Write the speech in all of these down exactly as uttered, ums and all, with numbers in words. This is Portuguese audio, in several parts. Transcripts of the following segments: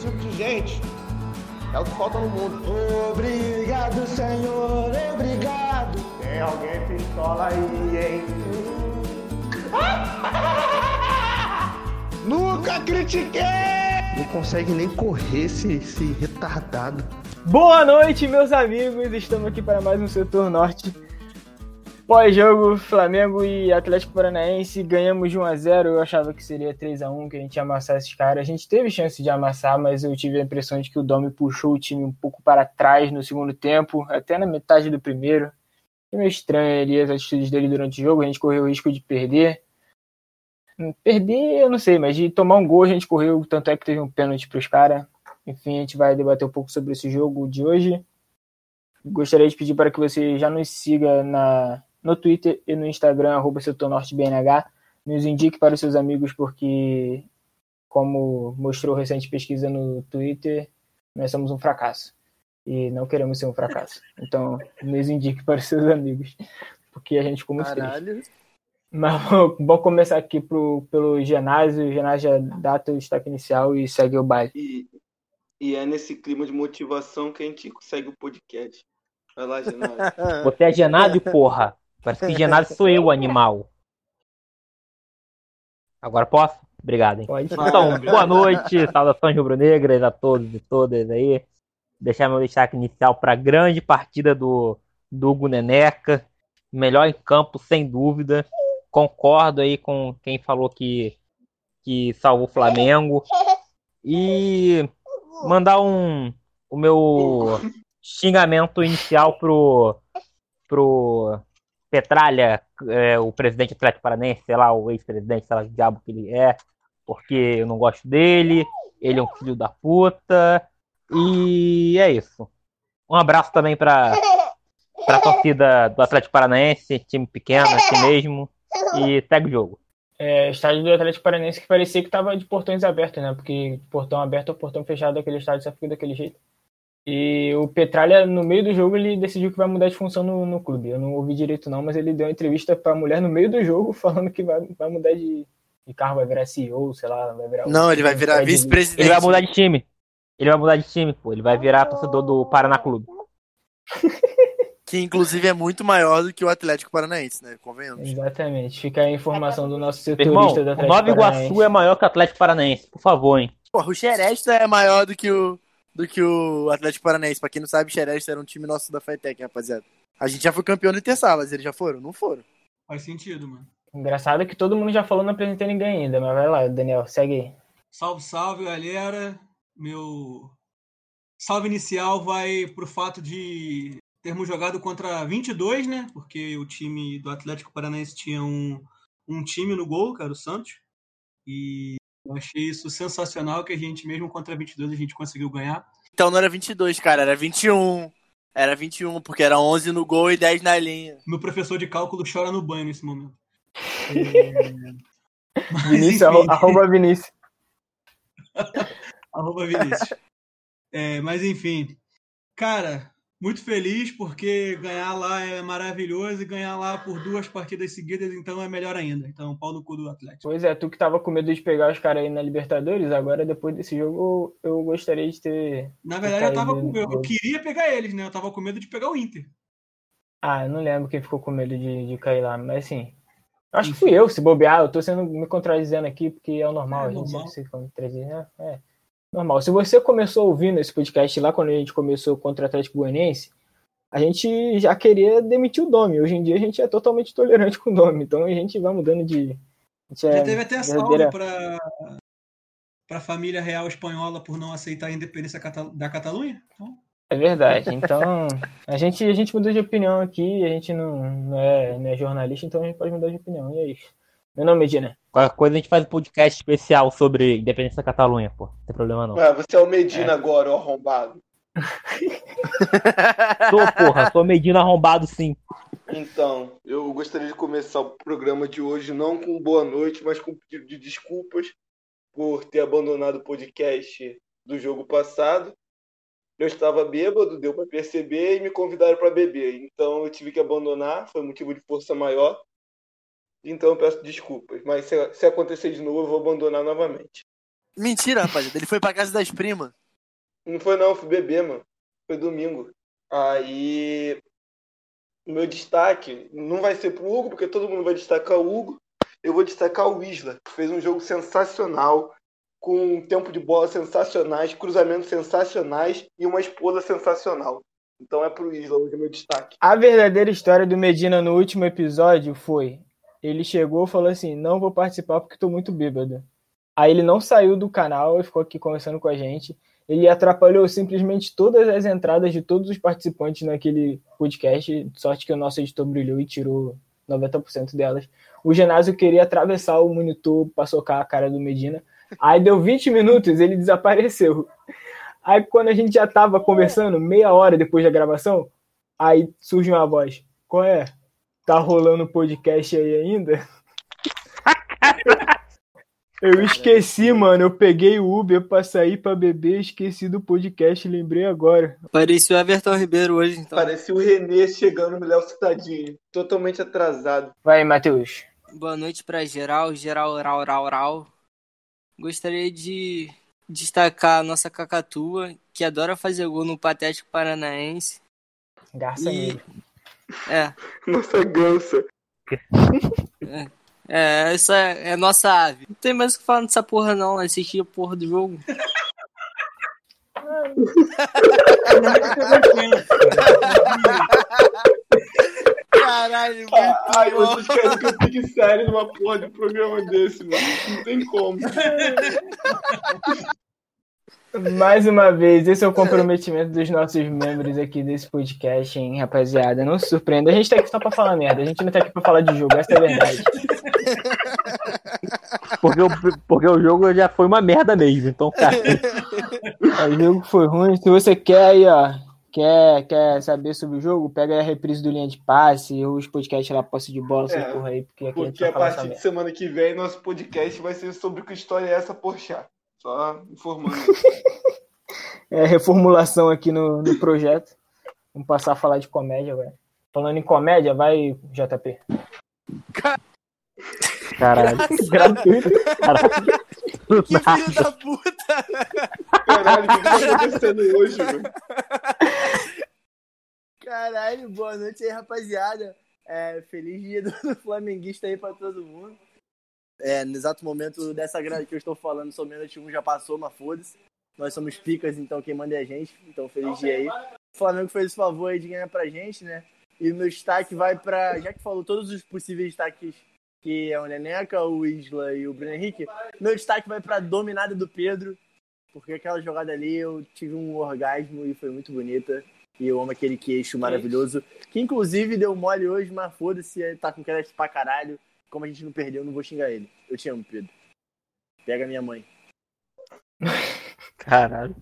tipo de gente é o que falta no mundo. Obrigado, Senhor, obrigado. Tem alguém pistola aí, hein? Nunca critiquei! Não consegue nem correr esse, esse retardado. Boa noite, meus amigos. Estamos aqui para mais um Setor Norte. Pós-jogo, Flamengo e Atlético Paranaense, ganhamos de um a zero. Eu achava que seria três a um, que a gente ia amassar esses caras. A gente teve chance de amassar, mas eu tive a impressão de que o Domi puxou o time um pouco para trás no segundo tempo, até na metade do primeiro. Foi meio estranho ali as atitudes dele durante o jogo, a gente correu o risco de perder. Perder, eu não sei, mas de tomar um gol a gente correu, tanto é que teve um pênalti para os caras. Enfim, a gente vai debater um pouco sobre esse jogo de hoje. Gostaria de pedir para que você já nos siga na... no Twitter e no Instagram, arroba setornortebnh, nos indique para os seus amigos, porque, como mostrou recente pesquisa no Twitter, nós somos um fracasso. E não queremos ser um fracasso. Então, nos indique para os seus amigos, porque a gente ficou muito triste. Mas vamos começar aqui pro, pelo Genásio. O Genásio já dá teu destaque inicial e segue o baile. E, e é nesse clima de motivação que a gente segue o podcast. Vai lá, Genásio. Você é Genásio, porra. Parece que Genásio sou eu, animal. Agora posso? Obrigado, hein? Pode. Então, boa noite, saudações rubro-negras a todos e todas aí. Deixar meu destaque inicial para a grande partida do, do Hugo Neneca. Melhor em campo, sem dúvida. Concordo aí com quem falou que, que salvou o Flamengo. E mandar um, o meu xingamento inicial pro... pro Petralha, é, o presidente do Atlético Paranaense, sei lá, o ex-presidente, sei lá, o diabo que ele é, porque eu não gosto dele, ele é um filho da puta, e é isso. Um abraço também pra, pra torcida do Atlético Paranaense, time pequeno aqui mesmo, e segue o jogo. É, estádio do Atlético Paranaense que parecia que tava de portões abertos, né? Porque portão aberto ou portão fechado daquele estádio só fica daquele jeito. E o Petralha, no meio do jogo, ele decidiu que vai mudar de função no, no clube. Eu não ouvi direito não, mas ele deu uma entrevista pra mulher no meio do jogo, falando que vai, vai mudar de, de carro, vai virar C E O, sei lá, vai virar... Não, ele vai virar vice-presidente. Ele vai mudar de time. Ele vai mudar de time, pô. Ele vai virar torcedor do Paraná Clube. Que, inclusive, é muito maior do que o Atlético Paranaense, né? Convenhamos. Exatamente. Fica a informação do nosso Meu irmão, setorista do o Atlético Nova Paranaense. Iguaçu é maior que o Atlético Paranaense, por favor, hein. Porra, o Xeresta é maior do que o, do que o Atlético Paranaense. Pra quem não sabe, o Xeresta era um time nosso da Fitec, rapaziada. A gente já foi campeão do Intersalas, eles já foram? Não foram. Faz sentido, mano. Engraçado que todo mundo já falou, não apresentei ninguém ainda, mas vai lá, Daniel, segue aí. Salve, salve, galera. Meu salve inicial vai pro fato de termos jogado contra vinte e dois, né? Porque o time do Atlético Paranaense tinha um, um time no gol, que era o Santos. E eu achei isso sensacional, que a gente, mesmo contra vinte e dois, a gente conseguiu ganhar. Então não era vinte e dois, cara, era vinte e um. Era vinte e um, porque era onze no gol e dez na linha. Meu professor de cálculo chora no banho nesse momento. É... Mas, Vinícius, enfim. arroba Vinícius. Arroba Vinícius. É, mas enfim, cara, muito feliz porque ganhar lá é maravilhoso e ganhar lá por duas partidas seguidas, então é melhor ainda. Então, pau no cu do Atlético. Pois é, tu que tava com medo de pegar os caras aí na Libertadores, agora depois desse jogo eu, eu gostaria de ter... Na verdade, eu, tava com, eu, eu jogo. queria pegar eles, né? Eu tava com medo de pegar o Inter. Ah, eu não lembro quem ficou com medo de, de cair lá, mas assim... Acho que fui eu, se bobear, eu tô sendo me contradizendo aqui, porque é o normal, É, a gente normal. sempre se contradiz, né? É normal. Se você começou ouvindo esse podcast lá, quando a gente começou contra o Atlético Goianiense, a gente já queria demitir o Domi. Hoje em dia a gente é totalmente tolerante com o Domi, então a gente vai mudando de... Já é teve até verdadeira... salve para a família real espanhola por não aceitar a independência cata- da Catalunha. Então... É verdade. Então, a gente, a gente mudou de opinião aqui, a gente não, não, é, não é jornalista, então a gente pode mudar de opinião. E é isso. Meu nome é Medina. Qualquer coisa a gente faz um podcast especial sobre independência da Catalunha, pô. Não tem problema não. Ah, você é o Medina é. agora, ó, arrombado. Sou, porra. Sou Medina arrombado, sim. Então, eu gostaria de começar o programa de hoje não com boa noite, mas com pedido de desculpas por ter abandonado o podcast do jogo passado. Eu estava bêbado, deu para perceber, e me convidaram para beber. Então eu tive que abandonar, foi motivo de força maior. Então eu peço desculpas. Mas se, se acontecer de novo, eu vou abandonar novamente. Mentira, rapaziada. Ele foi pra casa das primas. Não foi não, fui beber, mano. Foi domingo. Aí, o meu destaque não vai ser pro Hugo, porque todo mundo vai destacar o Hugo. Eu vou destacar o Isla, que fez um jogo sensacional, com um tempo de bola sensacionais, cruzamentos sensacionais e uma esposa sensacional. Então é pro Isla hoje o meu destaque. A verdadeira história do Medina no último episódio foi: ele chegou e falou assim, não vou participar porque tô muito bêbado. Aí ele não saiu do canal e ficou aqui conversando com a gente. Ele atrapalhou simplesmente todas as entradas de todos os participantes naquele podcast. Sorte que o nosso editor brilhou e tirou noventa por cento delas. O Genásio queria atravessar o monitor para socar a cara do Medina. Aí deu vinte minutos, ele desapareceu. Aí quando a gente já tava conversando, meia hora depois da gravação, aí surge uma voz. Qual é? Tá rolando podcast aí ainda? Eu esqueci, mano. Eu peguei o Uber pra sair pra beber, esqueci do podcast, lembrei agora. Parecia o Everton Ribeiro hoje, então. Parecia o Renê chegando no Léo Cidadinho. Totalmente atrasado. Vai, Matheus. Boa noite pra geral, geral, rau, rau, rau. Gostaria de destacar a nossa cacatua, que adora fazer gol no Atlético Paranaense. Garça E- nele. É, Nossa gança. é, essa é a nossa ave. Não tem mais o que falar dessa porra não, assistir a porra do jogo. Caralho, muito Ai, bom. vocês querem que eu fique sério numa porra de programa desse, mano. Não tem como. Mais uma vez, esse é o comprometimento dos nossos membros aqui desse podcast, hein, rapaziada. Não se surpreenda. A gente tá aqui só pra falar merda. A gente não tá aqui pra falar de jogo, essa é a verdade. Porque o, porque o jogo já foi uma merda mesmo. Então, cara, O jogo foi ruim. Se você quer aí, ó, quer, quer saber sobre o jogo, pega aí a reprise do Linha de Passe, ou os podcasts lá, Posse de Bola, essa É, porra aí, porque aqui a gente Porque vai a falar essa partir de merda. semana que vem, nosso podcast vai ser sobre que história é essa, Porchat. Só informando. É, reformulação aqui no, no projeto. Vamos passar a falar de comédia agora. Falando em comédia, vai, J P. caralho. Gratuito. Caralho. Que filho da puta. Caralho, o que tá acontecendo hoje, mano? Caralho, boa noite aí, rapaziada. É, feliz dia do, do flamenguista aí pra todo mundo. É, no exato momento dessa grande que eu estou falando, só menos um já passou, mas foda-se. Nós somos picas, então quem manda é a gente. Então, feliz dia aí. O Flamengo fez o favor aí de ganhar pra gente, né? E o meu destaque vai pra... Já que falou todos os possíveis destaques, que é o Neneca, o Isla e o Bruno Henrique, meu destaque vai pra dominada do Pedro, porque aquela jogada ali eu tive um orgasmo e foi muito bonita. E eu amo aquele queixo maravilhoso, que inclusive deu mole hoje, mas foda-se, tá com crédito pra caralho. Como a gente não perdeu, eu não vou xingar ele. Eu te amo, Pedro. Pega minha mãe. Caralho.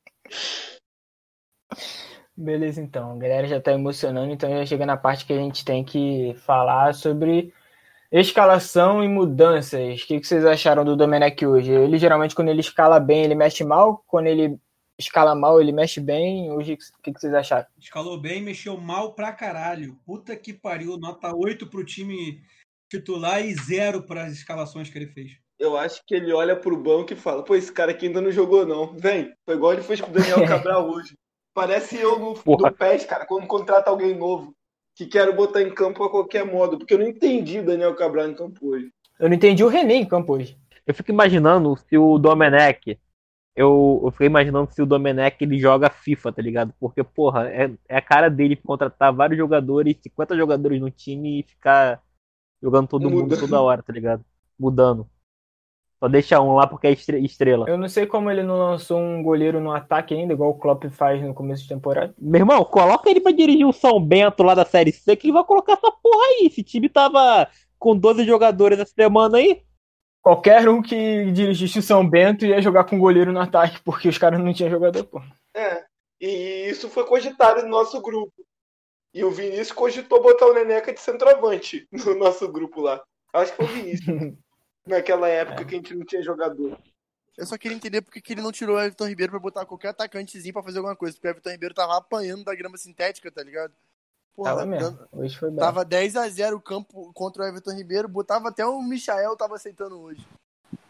Beleza, então. A galera já tá emocionando, então já chega na parte que a gente tem que falar sobre escalação e mudanças. O que que vocês acharam do Domenech hoje? Ele geralmente, quando ele escala bem, ele mexe mal. Quando ele escala mal, ele mexe bem. Hoje, o que que vocês acharam? Escalou bem, mexeu mal pra caralho. Puta que pariu. Nota oito pro time titular e zero para as escalações que ele fez. Eu acho que ele olha pro banco e fala, pô, esse cara aqui ainda não jogou, não. Vem. Foi igual ele fez com o Daniel Cabral hoje. Parece eu no, Porra. no P E S, cara, quando contrata alguém novo, que quero botar em campo a qualquer modo. Porque eu não entendi o Daniel Cabral em campo hoje. Eu não entendi o René em campo hoje. Eu fico imaginando se o Domenech. Eu, eu fiquei imaginando se o Domenech ele joga FIFA, tá ligado? Porque, porra, é, é a cara dele contratar vários jogadores, cinquenta jogadores no time e ficar jogando todo mundo Mudando. toda hora, tá ligado? Mudando. Só deixa um lá porque é estre- estrela. Eu não sei como ele não lançou um goleiro no ataque ainda, igual o Klopp faz no começo de temporada. Meu irmão, coloca ele pra dirigir o São Bento lá da Série C que ele vai colocar essa porra aí. Esse time tava com doze jogadores essa semana aí. Qualquer um que dirigisse o São Bento ia jogar com goleiro no ataque, porque os caras não tinham jogador, pô. É. E isso foi cogitado no nosso grupo. E o Vinícius cogitou botar o Neneca de centroavante no nosso grupo lá. Acho que foi o Vinícius. Naquela época que a gente não tinha jogador. Eu só queria entender porque que ele não tirou o Everton Ribeiro pra botar qualquer atacantezinho pra fazer alguma coisa. Porque o Everton Ribeiro tava apanhando da grama sintética, tá ligado? Porra, Tava mesmo. dando- Hoje foi bem. Tava dez a zero o campo contra o Everton Ribeiro. Botava até o Michael, tava aceitando hoje.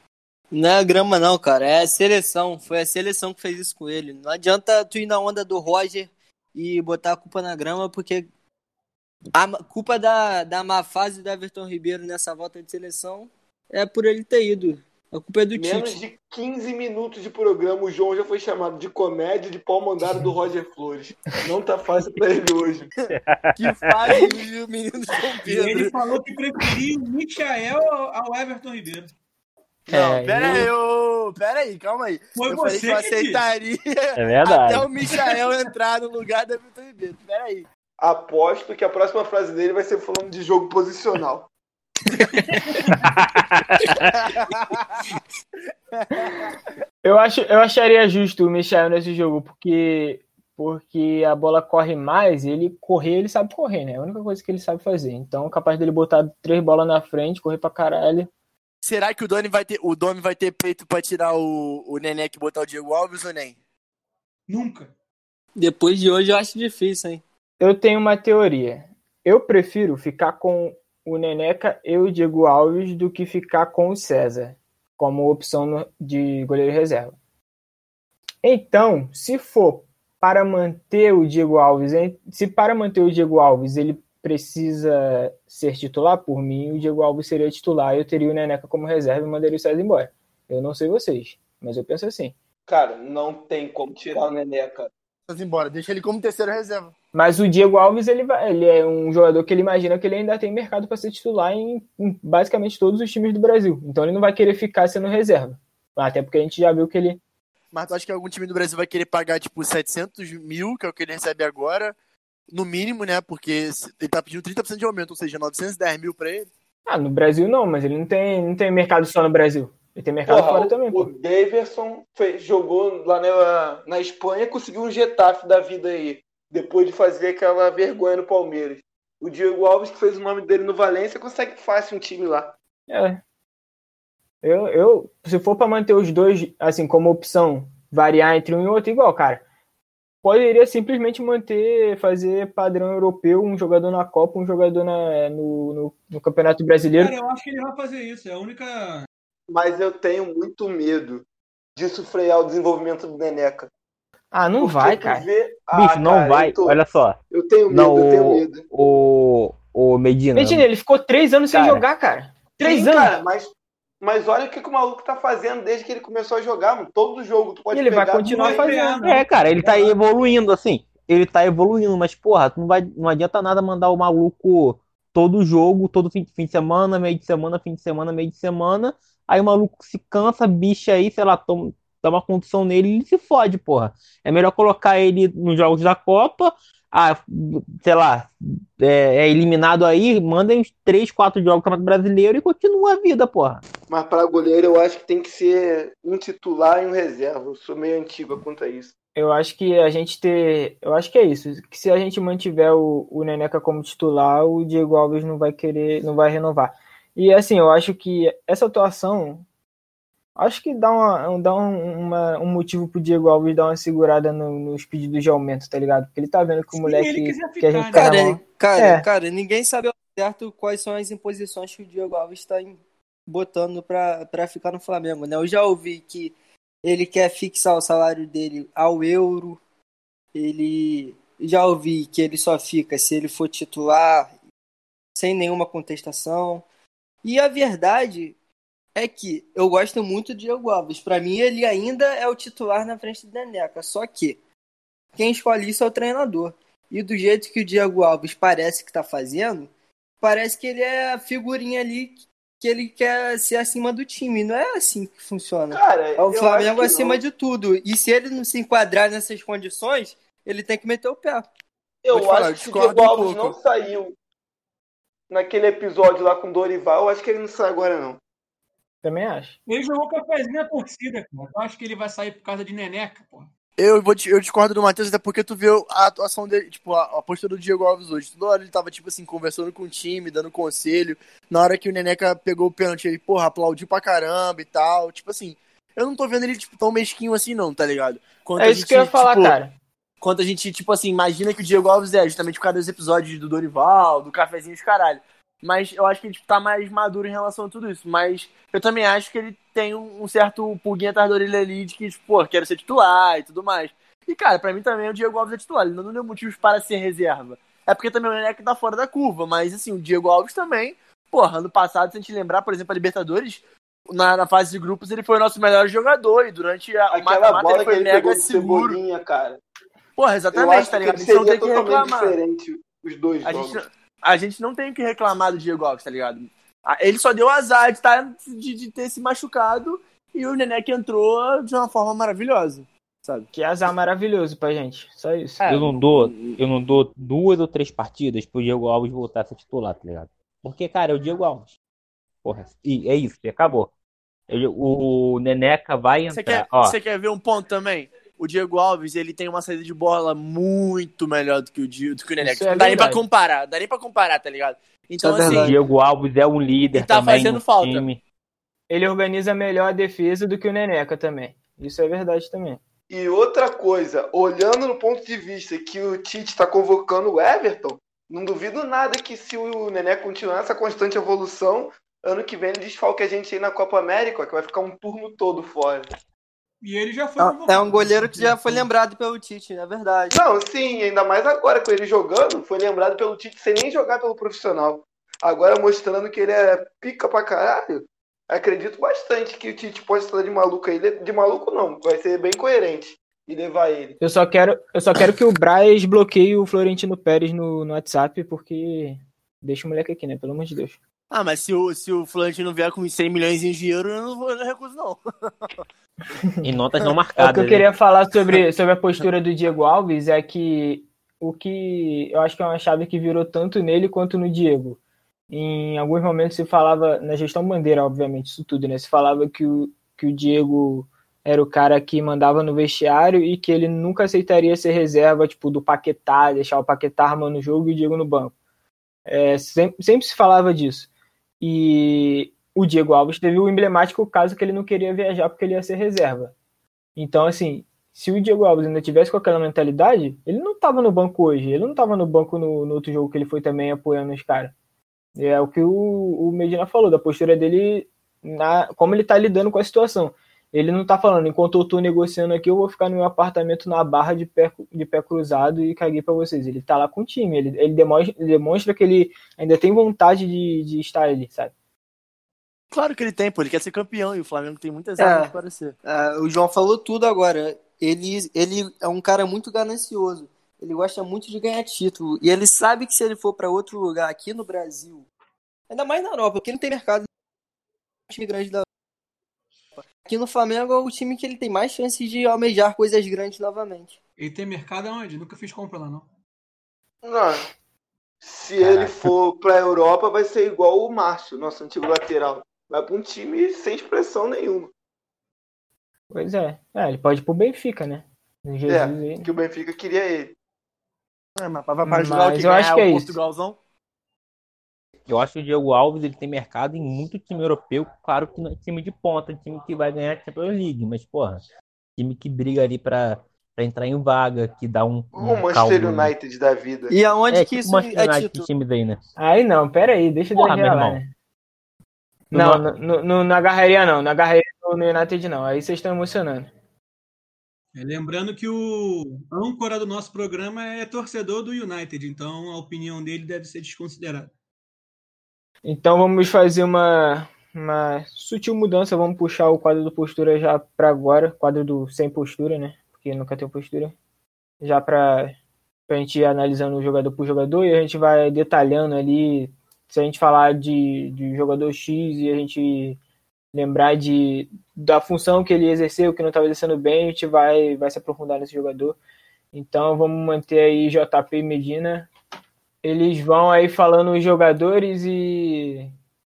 Não é grama não, cara. É a seleção. Foi a seleção que fez isso com ele. Não adianta tu ir na onda do Roger e botar a culpa na grama, porque a ma- culpa da, da má fase do Everton Ribeiro nessa volta de seleção é por ele ter ido. A culpa é do Menos Tite. de quinze minutos de programa, o João já foi chamado de comédia de pau mandado do Roger Flores. Não tá fácil pra ele hoje. Que fase o menino João E ele Pedro. falou que preferia o Michael ao ao Everton Ribeiro. Não, É, pera aí, eu- ô, pera aí, calma aí. Foi eu falei você que eu que disse. aceitaria É verdade. até o Michael entrar no lugar do Everton Ribeiro. Pera aí. Aposto que a próxima frase dele vai ser falando de jogo posicional. Eu, acho, eu acharia justo o Michael nesse jogo, porque, porque a bola corre mais, e ele correr, ele sabe correr, né? É a única coisa que ele sabe fazer. Então, é capaz dele botar três bolas na frente, correr pra caralho. Será que o Domi vai ter, o Domi vai ter peito pra tirar o, o Neneca e botar o Diego Alves ou nem? Nunca. Depois de hoje eu acho difícil, hein? Eu tenho uma teoria. Eu prefiro ficar com o Neneca e o Diego Alves do que ficar com o César, como opção no- de goleiro reserva. Então, se for para manter o Diego Alves, hein, se para manter o Diego Alves ele precisa ser titular, por mim o Diego Alves seria titular e eu teria o Neneca como reserva e mandaria o César embora. Eu não sei vocês, mas eu penso assim. Cara, não tem como tirar o Neneca. Vamos embora, deixa ele como terceiro reserva. Mas o Diego Alves ele, vai, ele é um jogador que ele imagina que ele ainda tem mercado para ser titular em, em basicamente todos os times do Brasil. Então ele não vai querer ficar sendo reserva. Até porque a gente já viu que ele... Mas tu acha que algum time do Brasil vai querer pagar, tipo, setecentos mil, que é o que ele recebe agora, no mínimo, né? Porque ele tá pedindo trinta por cento de aumento, ou seja, novecentos e dez mil pra ele. Ah, no Brasil não, mas ele não tem, não tem mercado só no Brasil. Ele tem mercado Porra, fora o, também, o pô. Daverson fez- jogou lá na, na Espanha e conseguiu um Getafe da vida aí, depois de fazer aquela vergonha no Palmeiras. O Diego Alves, que fez o nome dele no Valência, consegue fácil um time lá. É. Eu, eu, se for pra manter os dois, assim, como opção, variar entre um e outro, igual, cara, poderia simplesmente manter, fazer padrão europeu, um jogador na Copa, um jogador na, no, no, no Campeonato Brasileiro. Cara, eu acho que ele vai fazer isso. É a única. Mas eu tenho muito medo disso frear o desenvolvimento do Neneca. Ah, não Porque vai, tu cara. vê- Ah, Bicho, não cara, vai. Eu, tô- Olha só. eu tenho medo, Não, eu tenho o, medo. o, o Medina. Medina, ele ficou três anos sem Cara. jogar, cara. Três Sim, anos. cara, mas, mas olha o que, que o maluco tá fazendo desde que ele começou a jogar, mano. Todo jogo tu pode E ele vai pegar, continuar tu vai- fazendo. É, cara, ele tá evoluindo, assim. Ele tá evoluindo, mas, porra, não, vai, não adianta nada mandar o maluco todo jogo, todo fim, fim de semana, meio de semana, fim de semana, meio de semana. Aí o maluco se cansa, bicha aí, sei lá, toma, dá uma condição nele e ele se fode, porra. É melhor colocar ele nos jogos da Copa, ah, sei lá, é, é eliminado aí, manda uns três, quatro jogos do Campeonato Brasileiro e continua a vida, porra. Mas pra goleiro eu acho que tem que ser um titular e um reserva. Eu sou meio antigo quanto a isso. Eu acho que a gente ter. Eu acho que é isso. Que se a gente mantiver o, o Neneca como titular, o Diego Alves não vai querer, não vai renovar. E assim, eu acho que essa atuação. Acho que dá, uma, dá um, uma, um motivo pro Diego Alves dar uma segurada no- nos pedidos de aumento, tá ligado? Porque ele tá vendo que o Se moleque ele quiser que a ficar, gente né? tá na Cara, mão. cara, É. cara, ninguém sabe ao certo quais são as imposições que o Diego Alves está em- botando pra, pra ficar no Flamengo, né? Eu já ouvi que ele quer fixar o salário dele ao euro. Ele já ouvi que ele só fica se ele for titular, sem nenhuma contestação. E a verdade é que eu gosto muito do Diego Alves. Pra mim, ele ainda é o titular na frente do Neneca. Só que quem escolhe isso é o treinador. E do jeito que o Diego Alves parece que tá fazendo, parece que ele é a figurinha ali que ele quer ser acima do time. Não é assim que funciona. Cara, É o eu Flamengo acho que acima não. de tudo. E se ele não se enquadrar nessas condições, ele tem que meter o pé. Eu Vou te falar, eu acho que o discordo Diego um Alves pouco. não saiu naquele episódio lá com o Dorival. Eu acho que ele não sai agora, não. Também acho. Ele jogou cafezinho na torcida, cara. Eu acho que ele vai sair por causa de Neneca, pô. Eu, vou te- eu discordo do Matheus, até porque tu viu a atuação dele, tipo, a, a postura do Diego Alves hoje. Toda hora ele tava, tipo assim, conversando com o time, dando conselho. Na hora que o Neneca pegou o pênalti, ele, porra, aplaudiu pra caramba e tal. Tipo assim, eu não tô vendo ele, tipo, tão mesquinho assim, não, tá ligado? Quanto É a isso gente, que eu ia falar, tipo, cara. Quanto a gente, tipo assim, imagina que o Diego Alves é, justamente por causa dos episódios do Dorival, do cafezinho dos caralho. Mas eu acho que ele tipo, tá mais maduro em relação a tudo isso. Mas eu também acho que ele tem um, um certo pulguinha atrás da orelha ali de que, tipo, pô, quero ser titular e tudo mais. E, cara, pra mim também o Diego Alves é titular. Ele não deu motivos para ser reserva. É porque também o Neneca tá fora da curva. Mas, assim, o Diego Alves também, porra, ano passado, se a gente lembrar, por exemplo, a Libertadores, na, na fase de grupos, ele foi o nosso melhor jogador. E durante a, o Aquela mata-mata bola ele foi que ele mega pegou do seguro. Cebolinha, cara. Porra, Eu exatamente, acho tá que ligado? ele A gente não seria tem que totalmente reclamar. diferente os dois A jogos. gente, a gente não tem que reclamar do Diego Alves, tá ligado? Ele só deu azar de, tá, de, de ter se machucado e o Neneca entrou de uma forma maravilhosa, sabe? Que azar maravilhoso pra gente. Só isso. É, eu não dou, eu não dou duas ou três partidas pro Diego Alves voltar a ser titular, tá ligado? Porque, cara, é o Diego Alves. Porra, e é isso, e acabou. Ele- o Neneca vai Você entrar. quer, Ó, você quer ver um ponto também? O Diego Alves, ele tem uma saída de bola muito melhor do que o, Di- do que o Neneca. Isso Tipo, é dá nem pra verdade. comparar, dá nem pra comparar, tá ligado? Então, Isso é assim, o verdade. Diego Alves é um líder E tá também fazendo no falta. time. Ele organiza melhor a defesa do que o Neneca também. Isso é verdade também. E outra coisa, olhando no ponto de vista que o Tite está convocando o Everton, não duvido nada que se o Nené continuar essa constante evolução, ano que vem ele desfalque a gente aí na Copa América, que vai ficar um turno todo fora. E ele já foi É convocado. um goleiro que já foi lembrado pelo Tite, é verdade. Não, sim, ainda mais agora com ele jogando, foi lembrado pelo Tite sem nem jogar pelo profissional. Agora mostrando que ele é pica pra caralho, acredito bastante que o Tite pode estar de maluco aí. De maluco não, vai ser bem coerente e levar ele. Eu só quero, eu só quero que o Braz bloqueie o Florentino Pérez no, no WhatsApp, porque deixa o moleque aqui, né? Pelo amor de Deus. ah, mas se o, se o Florentino vier com cem milhões de euros, eu não vou eu não recuso, não. Em notas não É o que marcadas. eu né? queria falar sobre, sobre a postura do Diego Alves é que o que eu acho que é uma chave que virou tanto nele quanto no Diego. Em alguns momentos se falava, na gestão Bandeira, obviamente, isso tudo, né? Se falava que o, que o Diego era o cara que mandava no vestiário e que ele nunca aceitaria ser reserva, tipo, do Paquetá, deixar o Paquetá armando o jogo e o Diego no banco. É, sempre, sempre se falava disso. E o Diego Alves teve o emblemático caso que ele não queria viajar porque ele ia ser reserva. Então, assim, se o Diego Alves ainda tivesse com aquela mentalidade, ele não tava no banco hoje, ele não tava no banco no, no outro jogo que ele foi também apoiando os caras. É o que o, o Medina falou, da postura dele, na, como ele tá lidando com a situação. Ele não tá falando, enquanto eu tô negociando aqui, eu vou ficar no meu apartamento na Barra de pé, de pé cruzado e caguei pra vocês. Ele tá lá com o time, ele, ele, demonstra, ele demonstra que ele ainda tem vontade de, de estar ali, sabe? Claro que ele tem, pô, ele quer ser campeão e o Flamengo tem muitas É. armas para ser. É, o João falou tudo agora. Ele, ele é um cara muito ganancioso. Ele gosta muito de ganhar título. E ele sabe que se ele for para outro lugar aqui no Brasil, ainda mais na Europa, porque não tem mercado de time grande da Europa. Aqui no Flamengo é o time que ele tem mais chances de almejar coisas grandes novamente. Ele tem mercado aonde? Nunca fiz compra lá, não. Não. Se Caraca. ele for pra Europa, vai ser igual o Márcio, nosso antigo lateral. Vai pra um time sem expressão nenhuma. Pois é. É, ele pode ir pro Benfica, né? O Jesus É, aí. que o Benfica queria ele. É, mas vai para jogar o Mas que eu acho ganhar que é o isso. Portugalzão? Eu acho que o Diego Alves ele tem mercado em muito time europeu, claro que não é time de ponta, time que vai ganhar a Champions League, mas porra, time que briga ali pra, pra entrar em vaga, que dá um, O um Manchester caldo, né? United da vida. E aonde É, que tipo isso Manchester é United, título? esses times aí, né? Aí não, pera aí, deixa eu Porra, dar meu lá, irmão. né? Não, no, no, no, não agarraria não, não agarraria no, no United não, aí vocês estão emocionando. É, lembrando que o âncora do nosso programa é torcedor do United, então a opinião dele deve ser desconsiderada. Então vamos fazer uma, uma sutil mudança, vamos puxar o quadro do postura já para agora, quadro do sem postura, né? Porque nunca tem postura. Já para a gente ir analisando o jogador por jogador e a gente vai detalhando ali, se a gente falar de, de jogador X e a gente lembrar de, da função que ele exerceu, que não estava exercendo bem, a gente vai, vai se aprofundar nesse jogador. Então vamos manter aí J P e Medina. Eles vão aí falando os jogadores e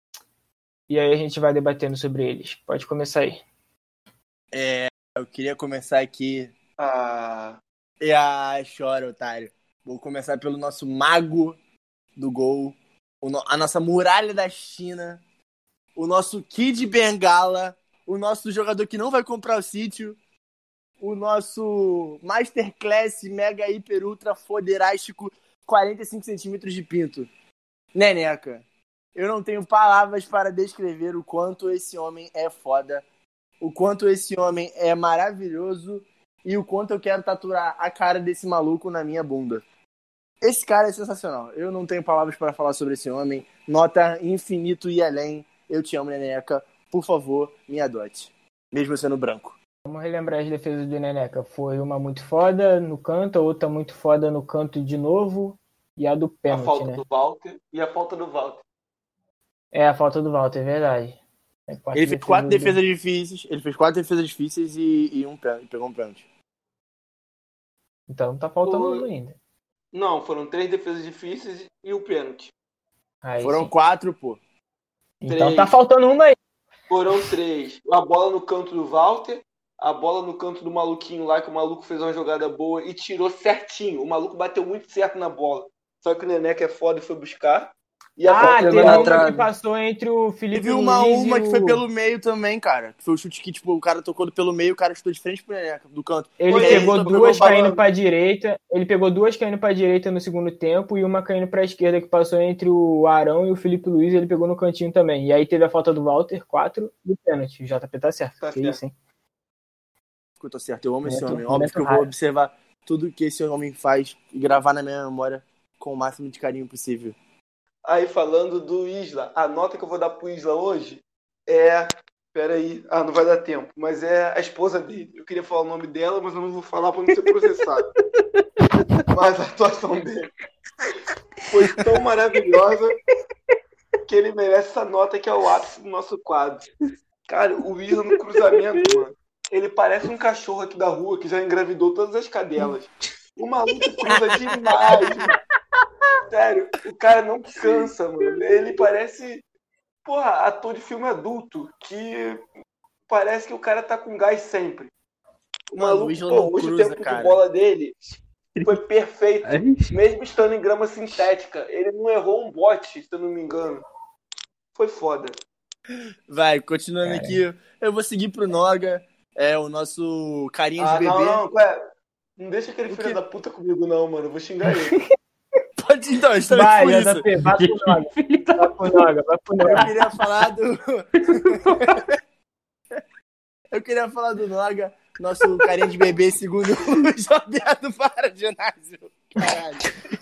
e aí a gente vai debatendo sobre eles. Pode começar aí. Eu queria começar aqui. Ah, E ah, chora, otário. Vou começar pelo nosso mago do gol, o no- a nossa muralha da China, o nosso Kid Bengala, o nosso jogador que não vai comprar o sítio, o nosso Masterclass Mega Hiper Ultra Foderástico quarenta e cinco centímetros de pinto. Neneca. Eu não tenho palavras para descrever o quanto esse homem é foda o quanto esse homem é maravilhoso e o quanto eu quero tatuar a cara desse maluco na minha bunda. Esse cara é sensacional. Eu não tenho palavras para falar sobre esse homem. Nota infinito e além. Eu te amo, Neneca. Por favor, me adote. Mesmo sendo branco. Vamos relembrar as defesas do Neneca. Foi uma muito foda no canto, a outra muito foda no canto de novo e a do pênalti, a falta né? do Walter e a falta do Walter. É, a falta do Walter, é verdade. É ele fez quatro defesas difíceis. Ele fez quatro defesas difíceis e, e um pênalti, pegou um pênalti. Então tá faltando Foi... um ainda. Não, foram três defesas difíceis e o pênalti. Aí, foram sim. quatro, pô. Então três. Tá faltando uma aí. Foram três. A bola no canto do Walter, a bola no canto do maluquinho lá, que o maluco fez uma jogada boa e tirou certinho. O maluco bateu muito certo na bola. Só que o Neneca é foda e foi buscar. E a ah, teve uma trave. que passou entre o Felipe Teve uma, Luiz uma e que o... foi pelo meio também, cara. Que foi o chute que, tipo, o cara tocou pelo meio, o cara chutou de frente pro Neneca, do canto. Ele Foi pegou ele, duas pegou caindo balão. pra direita. Ele pegou duas caindo pra direita no segundo tempo e uma caindo pra esquerda que passou entre o Arão e o Felipe Luiz. Ele pegou no cantinho também. E aí teve a falta do Walter, quatro e o pênalti. O J P tá certo. Tá que certo. isso, hein? Eu tô certo, eu amo esse Momento- homem. momento Óbvio que eu raro. vou observar tudo que esse homem faz e gravar na minha memória com o máximo de carinho possível. Aí falando do Isla, a nota que eu vou dar pro Isla hoje é... Peraí, ah, não vai dar tempo. Mas é a esposa dele. Eu queria falar o nome dela, mas eu não vou falar pra não ser processado. Mas a atuação dele foi tão maravilhosa que ele merece essa nota que é o ápice do nosso quadro. Cara, o Isla no cruzamento, mano, ele parece um cachorro aqui da rua que já engravidou todas as cadelas. O maluco cruza demais, mano. Sério, o cara não cansa, mano. Ele parece, porra, ator de filme adulto, que parece que o cara tá com gás sempre. O Mano, maluco, o Isla pô, não hoje o cruza, tempo cara. de bola dele foi perfeito, mesmo estando em grama sintética. Ele não errou um bote, se eu não me engano. Foi foda. Vai, continuando Cara. aqui, eu vou seguir pro Noga, é o nosso carinha de Ah, bebê. não, não, ué, não deixa aquele O filho quê? da puta comigo não, mano. Eu vou xingar ele. Pode, então, isso também Vai, foi isso. J P, vai pro Noga. Vai pro Noga, vai pro Eu Noga. queria falar do... eu queria falar do Noga, nosso carinha de bebê, segundo o Roberto para ginásio. Caralho.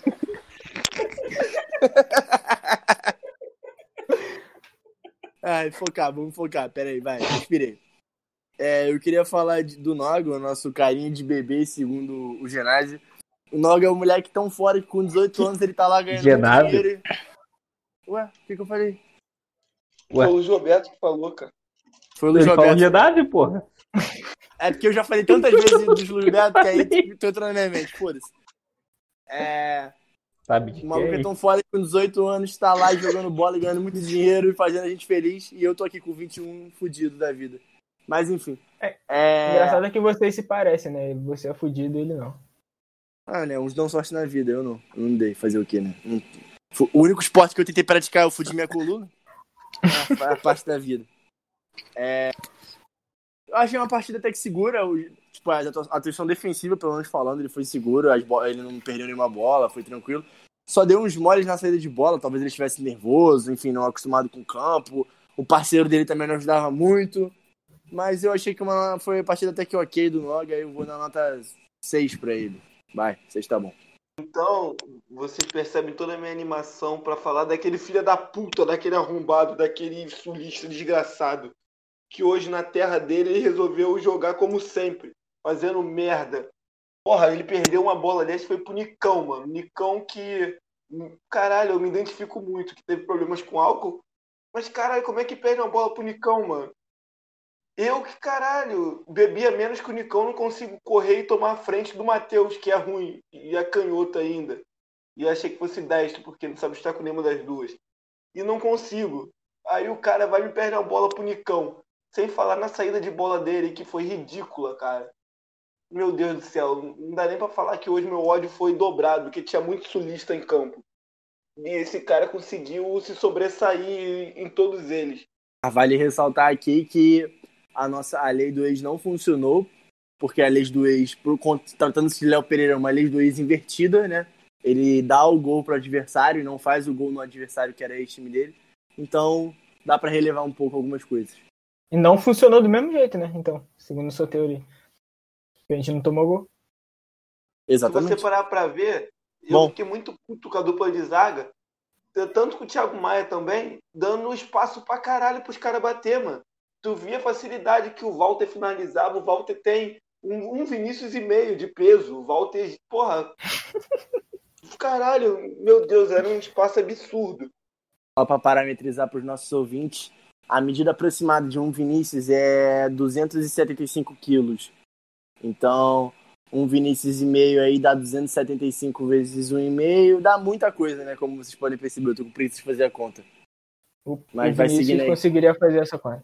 Ai, focar, vamos focar. Pera aí, vai, respirei. É, eu queria falar de- do Noga, o nosso carinha de bebê, segundo o ginásio. O Noga é um moleque tão fora que com dezoito anos ele tá lá ganhando muito Ginásio? dinheiro. e- Ué, o que que eu falei? Ué. Foi o Gilberto que falou, cara. Foi o Luiz Ele falou Roberto. verdade, porra. É porque eu já falei tantas vezes do Luiz Roberto que aí tipo, tô entrando na minha mente, foda-se. É, Sabe de o maluco é quem? tão foda que com dezoito anos tá lá jogando bola e ganhando muito dinheiro e fazendo a gente feliz. E eu tô aqui com vinte e um fudido da vida. Mas enfim. É, É... Engraçado é que vocês se parecem, né? Você é fudido e ele não. Ah, né? Uns dão sorte na vida, eu não. Eu não dei. Fazer o quê, né? Não- O único esporte que eu tentei praticar, eu fudi minha coluna. É, faz parte da vida. É... Eu achei uma partida até que segura. o- Tipo, a atua- a atuação defensiva, pelo menos falando, ele foi seguro. As bo- Ele não perdeu nenhuma bola, foi tranquilo. Só deu uns moles na saída de bola. Talvez ele estivesse nervoso, enfim, não acostumado com o campo. O parceiro dele também não ajudava muito. Mas eu achei que uma, foi uma partida até que ok do Noga. Eu vou dar nota seis pra ele. Vai, seis tá bom. Então, vocês percebem toda a minha animação pra falar daquele filho da puta, daquele arrombado, daquele sulista desgraçado, que hoje na terra dele ele resolveu jogar como sempre, fazendo merda. Porra, ele perdeu uma bola dessa, foi pro Nicão, mano. Nicão que, caralho, eu me identifico muito, que teve problemas com álcool. Mas, caralho, como é que perde uma bola pro Nicão, mano? Eu que, caralho, bebia menos que o Nicão, não consigo correr e tomar a frente do Matheus, que é ruim, e é canhoto ainda. E achei que fosse destro, porque não sabe estar com nenhuma das duas. E não consigo. Aí o cara vai me perder a bola pro Nicão. Sem falar na saída de bola dele, que foi ridícula, cara. Meu Deus do céu, não dá nem pra falar que hoje meu ódio foi dobrado, porque tinha muito sulista em campo. E esse cara conseguiu se sobressair em todos eles. Vale ressaltar aqui que a nossa a lei do ex não funcionou, porque a lei do ex, por conta- tratando-se de Léo Pereira, é uma lei do ex invertida, né? Ele dá o gol pro adversário e não faz o gol no adversário, que era ex-time dele. Então, dá pra relevar um pouco algumas coisas. E não funcionou do mesmo jeito, né? Então, segundo sua teoria. Porque a gente não tomou gol. Exatamente. Se você parar pra ver, eu Bom. fiquei muito puto com a dupla de zaga, tanto com o Thiago Maia também, dando espaço pra caralho pros caras bater, mano. Tu via a facilidade que o Walter finalizava, o Walter tem um, um Vinícius e meio de peso, o Walter, porra... Caralho, meu Deus, era um espaço absurdo. Só para parametrizar para os nossos ouvintes, a medida aproximada de um Vinícius é duzentos e setenta e cinco quilos. Então, um Vinícius e meio aí dá duzentos e setenta e cinco vezes um e meio, dá muita coisa, né? Como vocês podem perceber, eu tô com preguiça de fazer a conta. O, Mas o vai Vinícius seguindo aí. conseguiria fazer essa conta.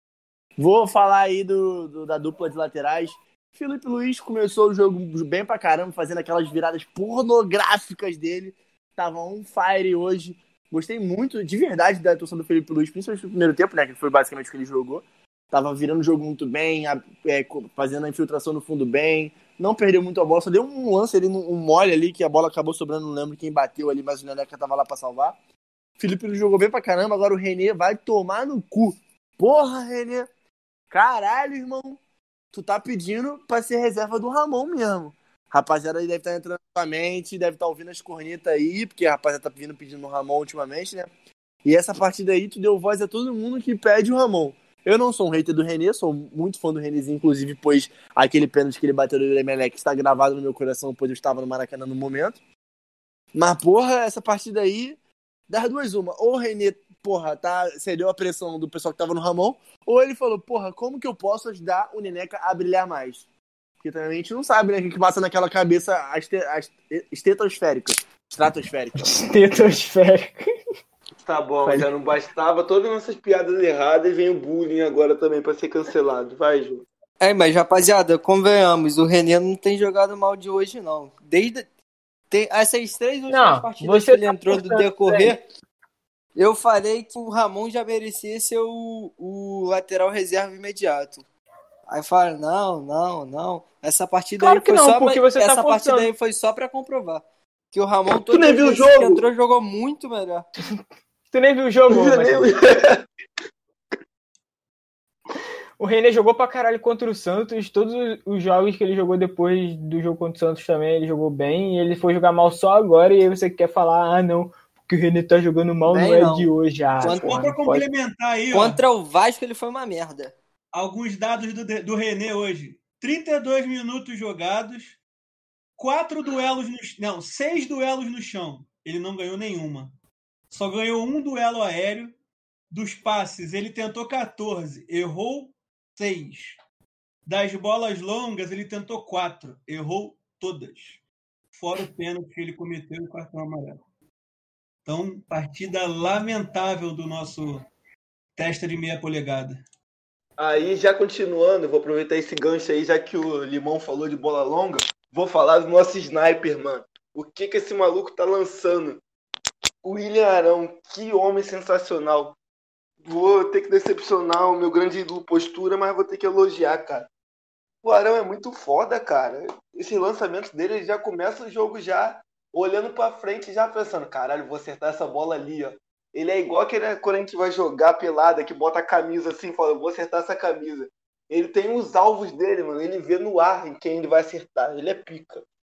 Vou falar aí do, do- da dupla de laterais. Felipe Luiz começou o jogo bem pra caramba, fazendo aquelas viradas pornográficas dele. Tava on fire hoje. Gostei muito, de verdade, da atuação do Felipe Luiz, principalmente no primeiro tempo, né? Que foi basicamente o que ele jogou. Tava virando o jogo muito bem, a- é, co- fazendo a infiltração no fundo bem. Não perdeu muito a bola, só deu um lance ali, um mole ali, que a bola acabou sobrando, não lembro quem bateu ali, mas o Neneca tava lá pra salvar. Felipe Luiz jogou bem pra caramba, agora o René vai tomar no cu. Porra, René. Caralho, irmão. Tu tá pedindo pra ser reserva do Ramon mesmo. Rapaziada aí deve estar entrando na tua mente, deve estar ouvindo as cornetas aí, porque a rapaziada tá vindo pedindo o Ramon ultimamente, né? E essa partida aí, tu deu voz a todo mundo que pede o Ramon. Eu não sou um hater do René, sou muito fã do Renézinho, inclusive, pois aquele pênalti que ele bateu no Emelec está gravado no meu coração, pois eu estava no Maracanã no momento. Mas, porra, essa partida aí, das duas uma. Ou o René, porra, tá, cedeu a pressão do pessoal que tava no Ramon, ou ele falou, porra, como que eu posso ajudar o Neneca a brilhar mais? Porque também a gente não sabe, né, o que que passa naquela cabeça aste- aste- estetosférica, estratosférica. Estetosférico. Tá bom, Vai. já não bastava todas as nossas piadas erradas e vem o bullying agora também pra ser cancelado. Vai, Ju. É, mas rapaziada, convenhamos, o René não tem jogado mal de hoje, não. Desde tem, essas três últimas Não, partidas você que ele tá entrou do forçando, decorrer, eu falei que o Ramon já merecia ser o, o lateral reserva imediato. Aí fala, não, não, não. Essa partida Claro aí que foi não, só porque pra, você tá essa partida forçando. aí foi só pra comprovar que o Ramon todo nem viu o que jogo? entrou jogou muito melhor. Tu nem viu o jogo, Matheus? O René jogou pra caralho contra o Santos. Todos os jogos que ele jogou depois do jogo contra o Santos também, ele jogou bem. E ele foi jogar mal só agora. E aí você quer falar, ah, não, porque o René tá jogando mal, Bem, não é não. de hoje. Ah, Quanto- porra, Só pra não pode. complementar aí, ó, Contra o Vasco ele foi uma merda. alguns dados do, do René hoje. trinta e dois minutos jogados, quatro duelos no não, seis duelos no chão. Ele não ganhou nenhuma. Só ganhou um duelo aéreo. Dos passes, ele tentou quatorze, errou seis. Das bolas longas, ele tentou quatro, errou todas. Fora o pênalti que ele cometeu e o cartão amarelo. Então, partida lamentável do nosso testa de meia polegada. Aí, já continuando, vou aproveitar esse gancho aí, já que o Limão falou de bola longa, vou falar do nosso sniper, mano. O que que esse maluco tá lançando? O William Arão, que homem sensacional. Vou ter que decepcionar o meu grande ídolo postura, mas vou ter que elogiar, cara. O Arão é muito foda, cara. Esse lançamento dele, ele já começa o jogo já olhando pra frente, já pensando, caralho, vou acertar essa bola ali, ó. Ele é igual aquele quando a gente vai jogar pelada, que bota a camisa assim, fala, vou acertar essa camisa. Ele tem os alvos dele, mano. Ele vê no ar em quem ele vai acertar. Ele é pica.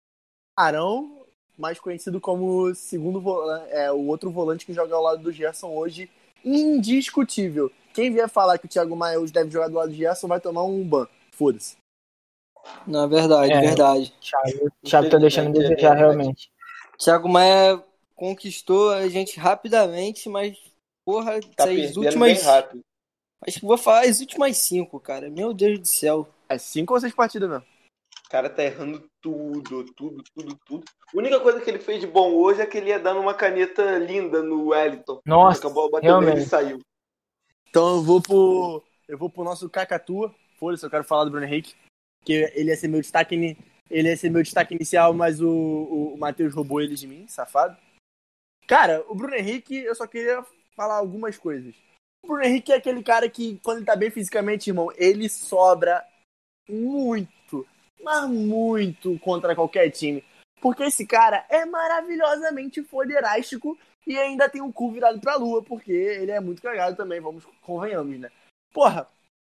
Arão, mais conhecido como segundo volante, é o outro volante que joga ao lado do Gerson hoje, indiscutível. Quem vier falar que o Thiago Maia hoje deve jogar do lado do Gerson vai tomar um ban. Foda-se. Não, é verdade, É. verdade. Thiago, Thiago tá deixando a desejar, realmente. Thiago Maia conquistou a gente rapidamente, mas, porra, Tá essas perdendo últimas. bem rápido. Acho que vou falar as últimas cinco, cara. Meu Deus do céu. É cinco ou seis partidas mesmo? O cara tá errando tudo, tudo, tudo, tudo. A única coisa que ele fez de bom hoje é que ele ia dando uma caneta linda no Wellington. Nossa, Acabou batendo nele e realmente. saiu. Então eu vou pro. Eu vou pro nosso Cacatua. Foda-se, eu quero falar do Bruno Henrique. Que ele ia ser meu destaque. ini- Ele ia ser meu destaque inicial, mas o, o, o Matheus roubou ele de mim, safado. Cara, o Bruno Henrique, eu só queria falar algumas coisas. O Bruno Henrique é aquele cara que, quando ele tá bem fisicamente, irmão, ele sobra muito, mas muito contra qualquer time. Porque esse cara é maravilhosamente foderástico e ainda tem um cu virado pra lua, porque ele é muito cagado também, vamos, convenhamos, né? Porra,